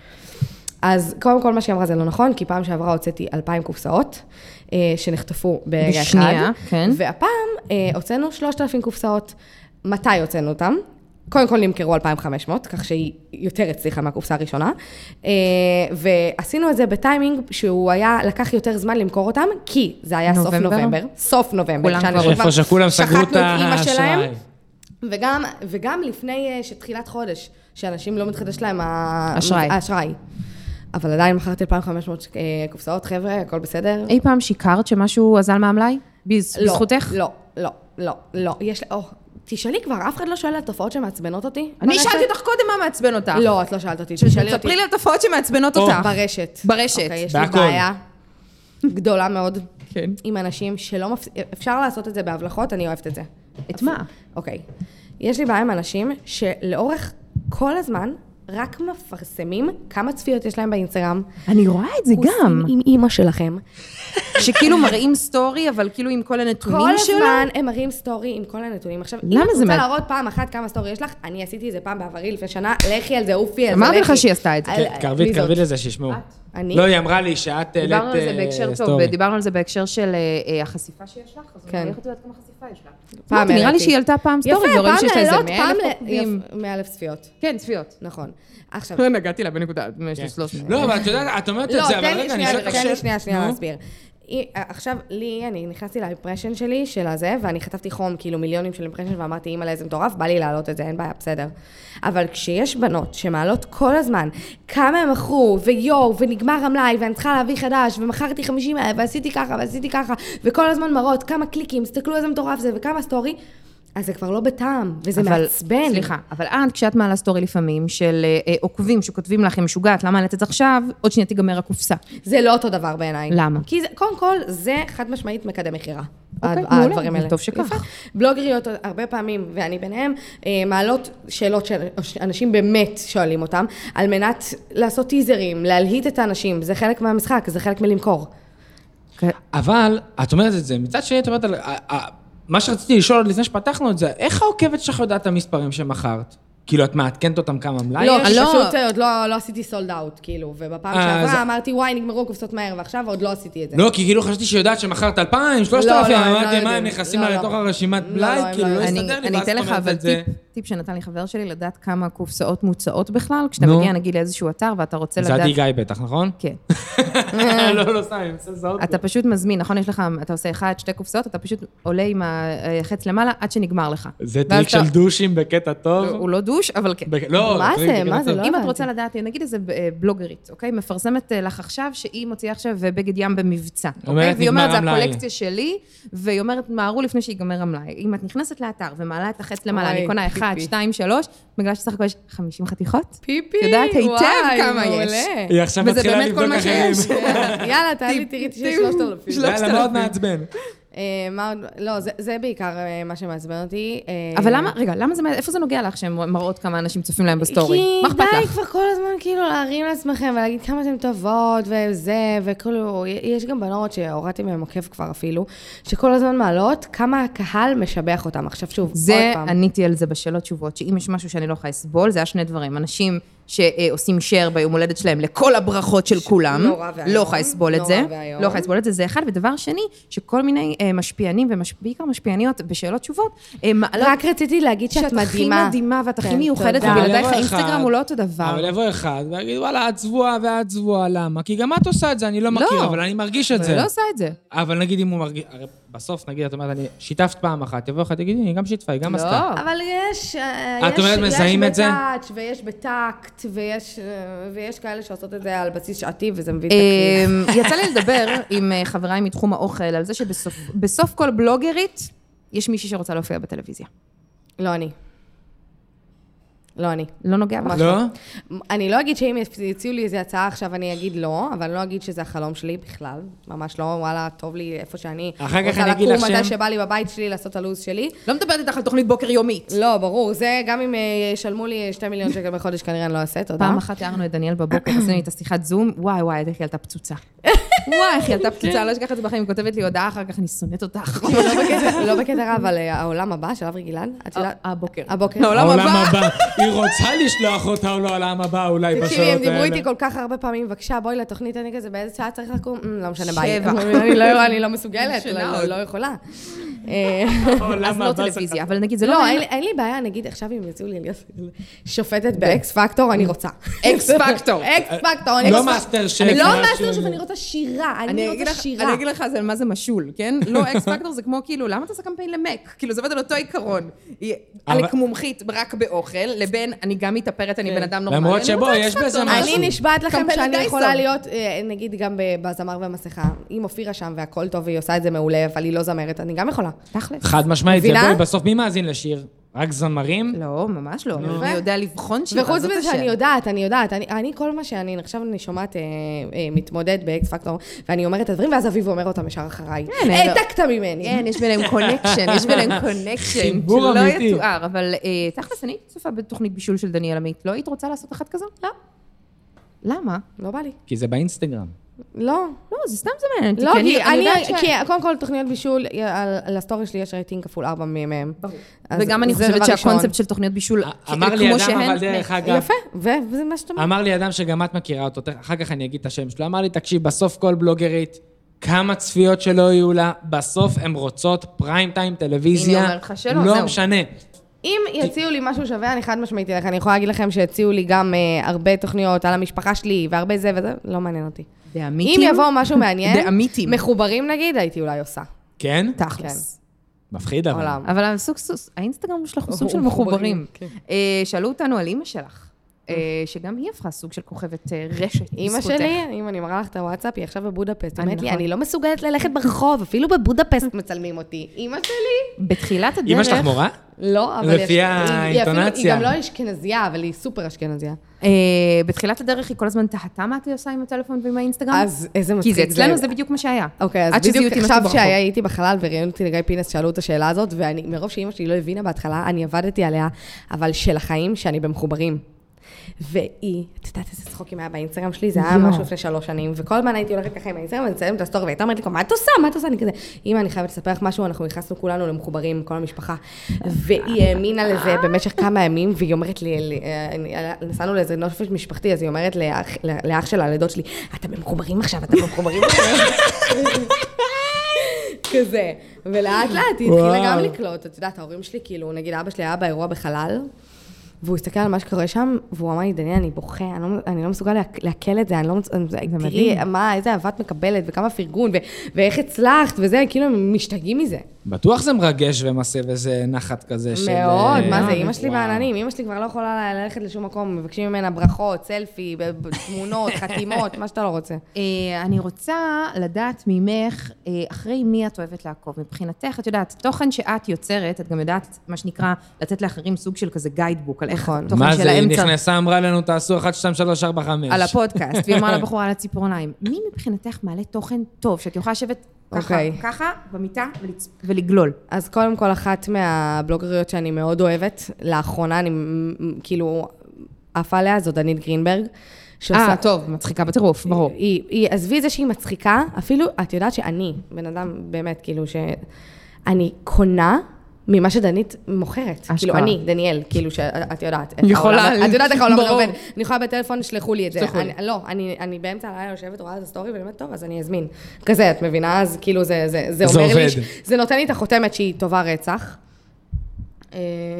אז קודם כל מה שהיא אמרה זה לא נכון, כי פעם שעברה הוצאתי אלפיים קופסאות, אה, שנחטפו ברגע אחד. בשנייה, כן. והפעם אה, הוצאנו שלושת אלפים קופסאות. מתי הוצאנו אותם? קודם כל נמכרו אלפיים וחמש מאות, כך שהיא יותר הצליחה מהקופסה הראשונה. אה, ועשינו את זה בטיימינג שהוא היה, לקח יותר זמן למכור אותם, כי זה היה סוף נובמבר? נובמבר. סוף נובמבר. כולם כשאנשים כבר- איפה שכולם סגרו את שחטנו אימא שלהם, האשראי. וגם, וגם לפני אה, שתחילת חודש, שאנשים לא מתחדש להם ה- אשראי. האשראי. אבל עדיין מכרתי אלפיים וחמש מאות אה, קופסאות, חבר'ה, הכל בסדר. אי פעם שיקרת שמשהו אזל מהמלאי? בז- לא, בזכותך? לא, לא, לא, לא. יש, או, תשאלי כבר, אף אחד לא שואל על תופעות שמעצבנות אותי? אני ברשת? שאלתי אותך קודם מה מעצבן אותך. לא, את לא שאלת אותי, תשאלי אותי. תספרי לי על תופעות שמעצבנות או. אותך. ברשת. ברשת. אוקיי, יש לי בהכל. בעיה גדולה מאוד כן. עם אנשים שלא מפס... אפשר לעשות את זה בהבלחות, אני אוהבת את זה. את מה? אוקיי. יש לי בעיה עם אנשים שלאורך כל הזמן רק מפרסמים כמה צפיות יש להם באינסטגרם. אני רואה את זה גם. עושים עם אימא שלכם. שכאילו מראים סטורי, אבל כאילו עם כל הנתונים כל שלו. הזמן הם מראים סטורי עם כל הנתונים. עכשיו, אם למה את זה רוצה מעט? להראות פעם אחת כמה סטורי יש לך, אני עשיתי את זה פעם בעברי לפני שנה, לכי על זה, אופי על זה, אמרתי לך לכי. שהיא עשתה את זה. על- כן, קרבי, מי זאת? קרבי לזה, שישמעו. אני? לא, היא אמרה לי שאת העלית דיברנו על זה אה, בהקשר טוב, סטורי. ודיברנו על זה בהקשר של אה, אה, החשיפה שיש לך, אז כן. אני איך את יודעת כמה חשיפה יש לך? פעם אמרתי, נראה לי העליתי. שהיא עלתה פעם סטורי, יפה, ורואים פעם שיש לה איזה לעלות, מאה פעם אלף ל- עוקבים. יפ- מאה אלף צפיות. כן, צפיות. נכון. עכשיו, נגעתי לה בנקודה, יש לי שלוש מאות. לא, אבל את יודעת, את אומרת את לא, זה, אבל תן לי רגע, אני שנייה, שואל אותך תן לי שאלה. שנייה, שנייה נו. להסביר. עכשיו, לי, אני נכנסתי לאימפרשן שלי, של הזה, ואני חטפתי חום, כאילו מיליונים של אימפרשן, ואמרתי, אימא לאיזה מטורף, בא לי להעלות את זה, אין בעיה, בסדר. אבל כשיש בנות שמעלות כל הזמן, כמה הם מכרו, ויו, ונגמר המלאי, ואני צריכה להביא חדש, ומכרתי חמישים אלף, ועשיתי ככה, ועשיתי ככה, וכל הזמן מראות, כמה קליקים, תסתכלו איזה מטורף זה, וכמה סטורי, אז זה כבר לא בטעם, וזה אבל, מעצבן. סליחה, אבל את, כשאת מעלה סטורי לפעמים, של אה, עוקבים שכותבים לך, היא משוגעת, למה העלית את זה עכשיו, עוד שנייה תיגמר הקופסה. זה לא אותו דבר בעיניי. למה? כי זה, קודם כל, זה חד משמעית מקדם מחירה. אוקיי, הדברים מעולה, האלה. טוב שכך. יפה. בלוגריות, הרבה פעמים, ואני ביניהם, אה, מעלות שאלות שאנשים באמת שואלים אותם, על מנת לעשות טיזרים, להלהיט את האנשים, זה חלק מהמשחק, זה חלק מלמכור. אבל, את אומרת את זה, מצד שני, את אומרת על... מה שרציתי לשאול עוד לפני שפתחנו את זה, איך העוקבת שלך יודעת את המספרים שמכרת? כאילו, את מעדכנת אותם כמה מלאי? לא, יש? פשוט עוד לא, לא עשיתי סולד אאוט, כאילו, ובפעם שעברה אמרתי, וואי, נגמרו קופסות מהר, ועכשיו עוד לא עשיתי את זה. לא, כי כאילו חשבתי שיודעת שמכרת אלפיים, שלושת אלפים, אמרתי, מה, הם נכנסים לה לתוך הרשימת מלאי, כאילו, לא הסתדר לי, אני אתן לך, אבל טיפ שנתן לי חבר שלי, לדעת כמה קופסאות מוצאות בכלל, כשאתה מגיע, נגיד, לאיזשהו אתר, ואתה רוצה לדעת... זה עדי גיא בטח, נכון? כן. לא, לא, סתם, אני מנסה לזהות. אתה פשוט מזמין, נכון? יש לך, אתה עושה אחד, שתי קופסאות, אתה פשוט עולה עם החץ למעלה, עד שנגמר לך. זה טריק של דושים בקטע טוב. הוא לא דוש, אבל כן. לא, מה זה? מה זה? לא אם את רוצה לדעת, נגיד איזה בלוגרית, אוקיי? מפרסמת לך עכשיו שהיא מוציאה עכשיו בגד ים במבצע, אוקיי? והיא אומרת, זה הקולקציה שלי, והיא אומרת, מהרו לפני שיגמר המלאי. אם את נכנסת לאתר ומעלה את החץ למעלה, אני קונה אחד, שתיים, שלוש, בגלל שסך הכל יש חמישים חתיכות. פיפי, יודעת היטב כמה יש. היא עכשיו מתחילה לבדוק אחרים. יאללה, תעלי, תראי, שיש שלושת אלפים. יאללה, מאוד מעצבן. לא, זה בעיקר מה שמעצבן אותי. אבל למה, רגע, למה זה, איפה זה נוגע לך שהן מראות כמה אנשים צופים להם בסטורי? מה אכפת לך? כי די כבר כל הזמן כאילו להרים לעצמכם ולהגיד כמה אתם טובות וזה, וכאילו, יש גם בנות שהורדתי מהם עוקב כבר אפילו, שכל הזמן מעלות כמה הקהל משבח אותם. עכשיו שוב, עוד פעם. זה, עניתי על זה בשאלות תשובות, שאם יש משהו שאני לא יכולה לסבול, זה היה שני דברים. אנשים שעושים שייר ביום הולדת שלהם לכל הברכות של כולם, לא יכולה לסבול את זה, לא יכולה לסבול את זה, זה אחד, ודבר שני, שכל מיני משפיענים, ובעיקר משפיעניות בשאלות תשובות, רק רציתי להגיד שאת מדהימה. שאת הכי מדהימה, ואת הכי מיוחדת, ובלעדייך האינסטגרם הוא לא אותו דבר. אבל יבוא אחד, ויגיד, וואלה, את צבועה ואת צבועה, למה? כי גם את עושה את זה, אני לא מכיר, אבל אני מרגיש את זה. אבל לא עושה את זה. אבל נגיד אם הוא מרגיש, הרי בסוף נגיד, את אומרת, אני שיתפת פעם אחת, יבוא אחד, תגידי, היא גם שיתפה, היא גם עשתה. אבל יש, את אומרת, מזהים את זה? יש בטאץ' ויש בטקט, ויש, ויש כאלה שעושות את זה על בסיס שעתי, וזה מביא את הקריאה. יצא לי לדבר עם חבריי מתחום האוכל, על זה שבסוף כל בלוגרית, יש מישהי שרוצה להופיע בטלוויזיה. לא אני. לא אני. לא נוגע בך? לא? אני לא אגיד שאם יציעו לי איזו הצעה עכשיו, אני אגיד לא, אבל אני לא אגיד שזה החלום שלי בכלל. ממש לא, וואלה, טוב לי איפה שאני רוצה לקום מתי שבא לי בבית שלי לעשות הלו"ז שלי. לא מדברת איתך על תוכנית בוקר יומית. לא, ברור. זה גם אם ישלמו לי שתי מיליון שקל בחודש, כנראה אני לא אעשה, תודה. פעם אחת תיארנו את דניאל בבוקר, עשינו לי את השיחת זום, וואי וואי, איך היא עלתה פצוצה. וואי, איך היא עלתה פצוצה, לא אשכח את זה בחיים, היא כותבת לי הודעה, אחר כך אני שונאת אותך. לא בקטע רע, אבל העולם הבא של אברי גלעד, את יודעת? הבוקר. הבוקר. העולם הבא. היא רוצה לשלוח אותה לעולם הבא, אולי בשעות האלה. תקשיבי, הם דיברו איתי כל כך הרבה פעמים, בבקשה, בואי לתוכנית, אני כזה, באיזה שעה צריך לקום? לא משנה, ביי. אני לא מסוגלת, לא יכולה. אז לא טלוויזיה, אבל נגיד זה לא... לא, אין לי בעיה, נגיד, עכשיו אם יצאו לי להיות שופטת באקס פקטור, אני רוצה. אקס פקטור. אקס פקטור. לא מאסטר שף. לא מאסטר שף, אני רוצה שירה. אני רוצה שירה. אני אגיד לך מה זה משול, כן? לא, אקס פקטור זה כמו כאילו, למה אתה עושה קמפיין למק? כאילו, זה עובד על אותו עיקרון. אני כמומחית רק באוכל, לבין אני גם מתאפרת, אני בן אדם נורמלי. למרות שבו, יש בזה משהו. אני נשבעת לכם שאני יכולה להיות, נגיד, גם בזמר ומסכה. אם אופירה שם והכל טוב, והיא עושה את זה מעולה, אבל היא לא זמרת, אני גם יכולה. חד משמעית, זה בואי, בסוף מי מאזין לשיר? רק זמרים? לא, ממש לא. אני יודע לבחון שיר, וחוץ מזה שאני יודעת, אני יודעת, אני כל מה שאני, עכשיו אני שומעת מתמודד באקס פקטור, ואני אומרת את הדברים, ואז אביב אומר אותם ישר אחריי. העתקת ממני. כן, יש ביניהם קונקשן, יש ביניהם קונקשן. חיבור אמיתי. שלא יתואר, אבל תכלס, אני צופה בתוכנית בישול של דניאל עמית. לא היית רוצה לעשות אחת כזו? לא. למה? לא בא לי. כי זה באינסטגרם. לא. לא, זה סתם זמן. לא, כי אני, כי קודם כל תוכניות בישול, על הסטורי שלי יש רייטינג כפול ארבע מהם. וגם אני חושבת שהקונספט של תוכניות בישול, אמר לי אדם, אבל דרך אגב. יפה, וזה מה שאתה אומר. אמר לי אדם שגם את מכירה אותו, אחר כך אני אגיד את השם שלו, אמר לי, תקשיב, בסוף כל בלוגרית, כמה צפיות שלא יהיו לה, בסוף הן רוצות פריים טיים טלוויזיה, לא משנה. אם יציעו לי משהו שווה, אני חד משמעית אלך. אני יכולה להגיד לכם שהציעו לי גם uh, הרבה תוכניות על המשפחה שלי, והרבה זה וזה, לא מעניין אותי. דאמיתים? אם יבוא משהו מעניין, דאמיתים. מחוברים נגיד, הייתי אולי עושה. כן? תכלס. מפחיד אבל. עולם. אבל הסוג, האינסטגרם שלך הוא סוג של מחוברים, מחוברים. כן. אה, שאלו אותנו על אמא שלך, אה, שגם היא הפכה סוג של כוכבת אה, רשת. אמא בזכותך. שלי, אם אני מראה לך את הוואטסאפ, היא עכשיו בבודפסט. אני אומרת לי, נכון. אני לא מסוגלת ללכת ברחוב, אפילו בבודפסט מצלמים אותי. אמא שלי? בתחילת הדרך... אמא שלך מורה? לא, אבל... לפי יש- האינטונציה. היא אפילו- היא גם לא אשכנזייה, אבל היא סופר אשכנזייה. אה, בתחילת הדרך היא כל הזמן תהתה מה את עושה עם הטלפון ועם האינסטגרם? אז איזה מצחיק כי זה אצלנו זה בדיוק מה שהיה. אוקיי, אז עד שזיהו בדיוק אותי עכשיו משהו ברחוב. שהייתי בחלל וראיינו אותי לגיא פינס, שאלו את השאלה הזאת, ואני, מרוב שאמא שלי לא הבינה בהתחלה, אני עבדתי עליה, אבל של החיים שאני במחוברים. והיא, את יודעת איזה צחוקים היה באינסטגרם שלי, זה היה משהו לפני שלוש שנים, וכל הזמן הייתי הולכת ככה עם האינסטגרם, ואני מצלמת את הסטורי, והייתה אומרת לי, מה את עושה? מה את עושה? אני כזה, אמא, אני חייבת לספר לך משהו, אנחנו נכנסנו כולנו למחוברים, כל המשפחה, והיא האמינה לזה במשך כמה ימים, והיא אומרת לי, נסענו לאיזה נופש משפחתי, אז היא אומרת לאח- לאח של הלידות שלי, אתה במחוברים עכשיו, אתה במחוברים עכשיו. כזה, ולאט לאט היא התחילה גם לקלוט, את יודעת, ההורים שלי, כאילו, נגיד אבא שלי היה באירוע בחלל, והוא הסתכל על מה שקורה שם, והוא אמר לי, דניאל, אני בוכה, אני לא, אני לא מסוגל לעכל את זה, אני לא מסוגל, תראי, מה, איזה אהבה את מקבלת, וכמה פרגון, ו- ואיך הצלחת, וזה, כאילו, הם משתגעים מזה. בטוח זה מרגש ומסב איזה נחת כזה של... מאוד, מה זה, אה, אמא שלי וואו. בעננים, אמא שלי כבר לא יכולה ללכת לשום מקום, מבקשים ממנה ברכות, סלפי, תמונות, חתימות, מה שאתה לא רוצה. אה, אני רוצה לדעת ממך, אה, אחרי מי את אוהבת לעקוב. מבחינתך, את יודעת, תוכן שאת יוצרת, את גם יודעת, מה שנקרא, לתת לאחרים סוג של כזה גיידבוק, על איך נכון. התוכן מה של זה, היא האמצע. נכנסה, אמרה לנו, תעשו אחת, שתיים, שלוש, ארבע, חמש. על הפודקאסט, והיא אמרה לבחורה על הציפורניים. מי מבחינתך מעלה תוכן טוב, שאת יכולה לשבת ככה, אוקיי. ככה, במיטה, ולצ- ולגלול? אז קודם כל, אחת מהבלוגריות שאני מאוד אוהבת, לאחרונה, אני מ- מ- כאילו, עפה עליה, זו דנית גרינברג. שעושה- אה, טוב, מצחיקה בטירוף, ברור. היא, היא, עזבי זה שהיא מצחיקה, אפילו, את יודעת שאני, בן אדם באמת, כאילו, שאני קונה ממה שדנית מוכרת. אשכרה. כאילו, אני, דניאל, כאילו, שאת יודעת. איך יכולה, העולם- את יודעת איך העולם הזה ברור. עובד. אני יכולה בטלפון, שלחו לי את זה. שלחו לי. אני- לא, אני, אני באמצע הלילה יושבת, רואה את הסטורי, ואני אומרת, טוב, אז אני אזמין. כזה, את מבינה? אז כאילו, זה, זה, זה זה אומר לי, עובד. ש- זה נותן לי את החותמת שהיא טובה רצח. אה,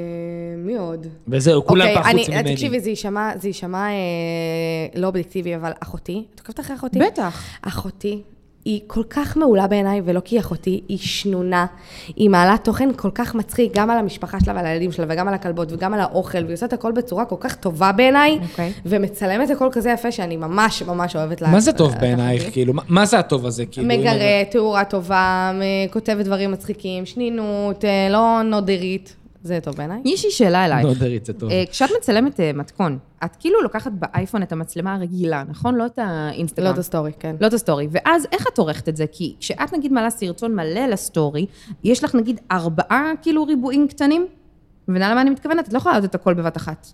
מי עוד? וזהו, כולם אוקיי, פה אני- חוץ ממני. תקשיבי, זה יישמע, זה יישמע אה, לא אובייקטיבי, אבל אחותי, את עוקבת אחרי אחותי? בטח. אחותי, היא כל כך מעולה בעיניי, ולא כי אחותי, היא שנונה. היא מעלה תוכן כל כך מצחיק, גם על המשפחה שלה ועל הילדים שלה, וגם על הכלבות, וגם על האוכל, והיא עושה את הכל בצורה כל כך טובה בעיניי, אוקיי. ומצלמת הכל כזה יפה, שאני ממש ממש אוהבת לה. מה זה טוב את בעינייך? אחותי. כאילו, מה- מה זה הטוב הזה? כאילו, מגרה, תאורה טובה, מ- כותבת דברים מצחיקים, שנינות, אה, לא נודרית. זה טוב בעיניי. יש לי שאלה אלייך. נודרית, זה טוב. אה, כשאת מצלמת אה, מתכון, את כאילו לוקחת באייפון את המצלמה הרגילה, נכון? לא את האינסטגרם. לא את הסטורי, כן. לא את הסטורי. ואז איך את עורכת את זה? כי כשאת נגיד מעלה סרטון מלא לסטורי, יש לך נגיד ארבעה כאילו ריבועים קטנים, מבינה למה אני מתכוונת? את לא יכולה לעשות את הכל בבת אחת.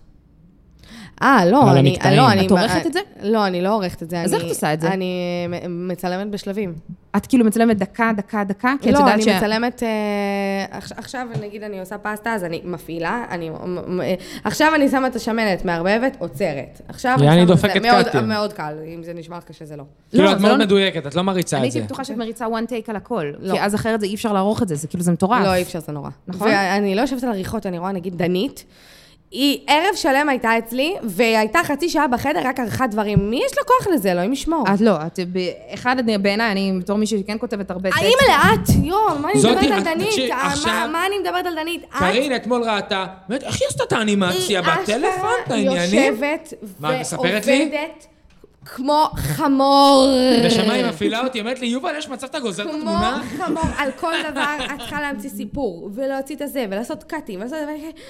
אה, לא, אבל אני... המקטעים. לא, אני- את עורכת את זה? לא, אני לא עורכת את זה. אז אני- איך את עושה את זה? אני מ- מצלמת בשלבים. את כאילו מצלמת דקה, דקה, דקה, כי את לא, יודעת אני ש... מצלמת... אה, עכש- עכשיו, נגיד, אני עושה פסטה, אז אני מפעילה, אני... מ- מ- אה, עכשיו אני שמה את השמנת, מערבבת, עוצרת. עכשיו יעני אני שמה את זה. דופקת מאוד- קאטים. מאוד קל, אם זה נשמע לך קשה, זה לא. כאילו, לא, את זה מאוד לא- מדויקת, את לא מריצה אני את זה. הייתי בטוחה שאת מריצה one take על הכל. לא. כי אז אחרת זה אי אפשר לערוך את זה, זה כאילו זה מטורף. לא, אי אפשר, זה נורא. נכון? ואני לא יושבת על עריכות, אני רואה, נגיד, דנית, היא ערב שלם הייתה אצלי, והייתה חצי שעה בחדר, רק ערכה דברים. מי יש לו כוח לזה? אלוהים ישמור. את לא, את באחד, בעיניי, אני בתור מישהי שכן כותבת הרבה טקסט. האם לאט? יואו, מה אני זאתי, מדברת על את- דנית? תקשיב, אה, עכשיו- מה- מה אני מדברת על דנית? את קרין אתמול ראתה, באמת, איך היא עשתה את האנימציה? היא בטלפון, את אשכרה העניינים? יושבת מה, את מספרת לי? ועובדת כמו חמור. נשמה, היא מפעילה אותי, אומרת לי, יובל, יש מצב אתה גוזר את כמו התמונה? חמור, על כל דבר את צריכה להמציא סיפור, ולהוציא את הזה, ולעשות קאטים, ולעשות...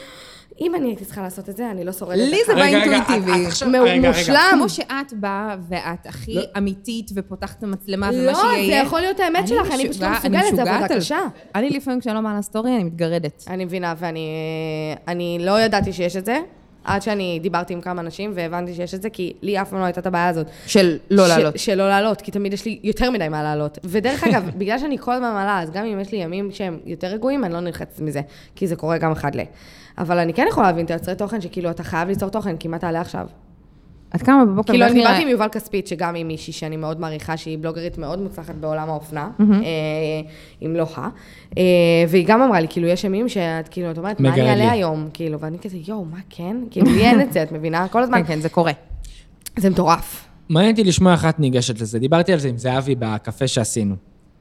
אם אני הייתי צריכה לעשות את זה, אני לא שורדת. לי זה רגע, רגע, באינטואיטיבי. את- את עכשיו- מאו- רגע, רגע. מושלם. כמו שאת באה ואת הכי לא. אמיתית ופותחת את המצלמה לא, ומה שיהיה. זה יכול להיות האמת שלך, אני פשוט לא משוגעת- אני מסוגלת, זה משוגעת עבודה על- קשה. אני לפעמים כשאני לא מעלה סטורי, אני מתגרדת. אני מבינה, ואני אני לא ידעתי שיש את זה, עד שאני דיברתי עם כמה אנשים, והבנתי שיש את זה, כי לי אף פעם לא הייתה את הבעיה הזאת. של לא ש- לעלות. של לא לעלות, כי תמיד יש לי יותר מדי מה לעלות. ודרך אגב, בגלל שאני כל הזמן מעלה, אז גם אם יש לי ימים שהם יותר רגועים, אני לא נלחצת מזה, כי זה קורה גם אחד ל. אבל אני כן יכולה להבין את היוצרי תוכן, שכאילו אתה חייב ליצור תוכן, כי מה תעלה עכשיו? את קמה בבוקר... כאילו, אני דיברתי עם יובל כספית, שגם היא מישהי שאני מאוד מעריכה, שהיא בלוגרית מאוד מוצלחת בעולם האופנה, אם לא ה. והיא גם אמרה לי, כאילו, יש ימים שאת, כאילו, את אומרת, מה אני אעלה היום? כאילו, ואני כזה, יואו, מה כן? כאילו, לי אין את זה, את מבינה? כל הזמן. כן, כן, זה קורה. זה מטורף. מעניין אותי לשמוע איך את ניגשת לזה. דיברתי על זה עם זהבי בקפה שעשינו.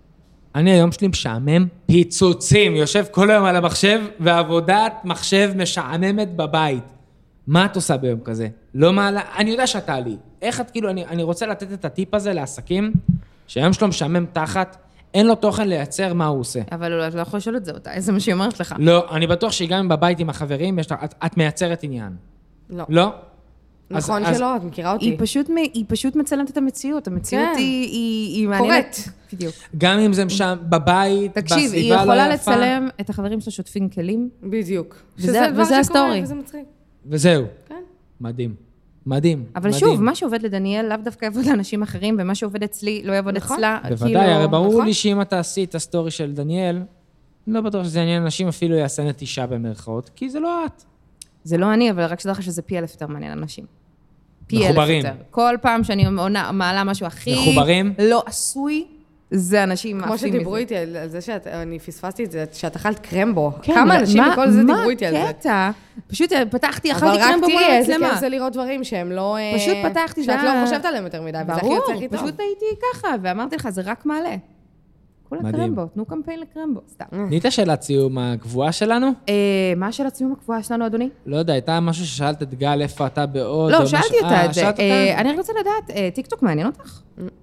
אני היום שלי משעמם פיצוצים, יושב כל היום על המחשב, ועבודת מחשב משעממת בבית. מה את עושה ביום כזה? לא מעלה, אני יודע שאת עלי. איך את, כאילו, אני, אני רוצה לתת את הטיפ הזה לעסקים, שהיום שלו משעמם תחת, אין לו תוכן לייצר מה הוא עושה. אבל את לא יכול לשאול את זה אותה, איזה מה שהיא אומרת לך. לא, אני בטוח שגם בבית עם החברים, יש, את, את מייצרת עניין. לא. לא? נכון אז, שלא, את מכירה אותי. היא פשוט, היא פשוט מצלמת את המציאות, המציאות כן. היא, היא, היא מעניינת. קורית. בדיוק. גם אם זה משם בבית, תקשיב, היא בסביבה לא יכולה יפה. לצלם את החברים שלה שוטפים כלים. בדיוק. וזה- שזה דבר וזה שקורה, הסטורי. וזה מצחיק. וזהו. כן. מדהים. מדהים. אבל מדהים. שוב, מה שעובד לדניאל לאו דווקא יעבוד לאנשים אחרים, ומה שעובד אצלי לא יעבוד נכון. אצלה. בוודאי, כאילו, הרי ברור נכון? לי שאם אתה עשי את הסטורי של דניאל, לא בטוח שזה עניין אנשים, אפילו יעשה נטישה במרכאות, כי זה לא את. זה לא אני, אבל רק שתדע לך שזה פי אלף יותר מעניין אנשים. פי אלף מחוברים. יותר. כל פעם שאני עונה- מעלה משהו הכי... מחוברים? לא עשוי, זה אנשים כמו עפים שדיברו מזה. איתי על על זה שאני פספסתי את זה, שאת אכלת קרמבו. כן, כמה אבל אנשים מה- מכל זה דיברו מה איתי על זה. הקטע? פשוט פתחתי, אבל אכלתי רק קרמבו מול תראי איזה המצלמה. כיף זה לראות דברים שהם לא... אה, פשוט פתחתי, שאת זה לא היה- חושבת עליהם יותר מדי, וזה הכי ברור, יוצא הכי טוב. פשוט הייתי ככה, ואמרתי לך, זה רק מעלה. כולה מדהים. קרמבו, תנו קמפיין לקרמבו, סתם. נהיית שאלת סיום הקבועה שלנו? אה, מה השאלת הציון הקבועה שלנו, אדוני? לא יודע, הייתה משהו ששאלת את גל איפה אתה בעוד? לא, או שאלתי משהו- אותה אה, את זה. שאלת אה, אותה? אני רק רוצה לדעת, אה, טיקטוק מעניין אותך?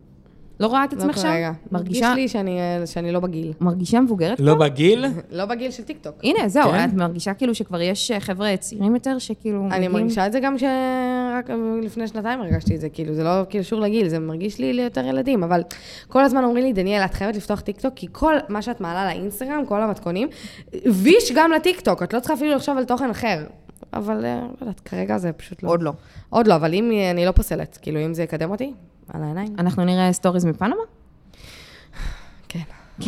לא רואה את לא עצמך שם? כרגע. מרגיש מרגישה- לי שאני אה, שאני לא בגיל. מרגישה מבוגרת? לא בגיל? לא בגיל של טיקטוק. הנה, זהו, כן? את מרגישה כאילו שכבר יש חבר'ה צעירים יותר, שכאילו... אני מגיעים- מרגישה את זה גם שרק לפני שנתיים הרגשתי את זה, כאילו, זה לא קשור לגיל, זה מרגיש לי ליותר ילדים, אבל כל הזמן אומרים לי, דניאל, את חייבת לפתוח טיקטוק, כי כל מה שאת מעלה לאינסטגרם, כל המתכונים, ויש גם לטיקטוק, את לא צריכה אפילו לחשוב על תוכן אחר. אבל, אה, לא יודעת, כרגע זה פשוט לא. עוד לא. עוד לא, אבל אם אני לא פוסלת, כאילו, אם זה יקדם אותי, על העיניים. אנחנו נראה סטוריז מפנמה? כן.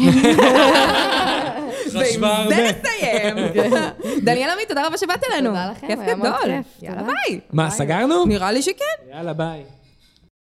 חשבה הרבה. זה נסיים. דניאל עמית, תודה רבה שבאת אלינו. תודה לכם, כיף היה מאוד גדול. כיף. יאללה תודה. ביי. מה, סגרנו? נראה לי שכן. יאללה, ביי.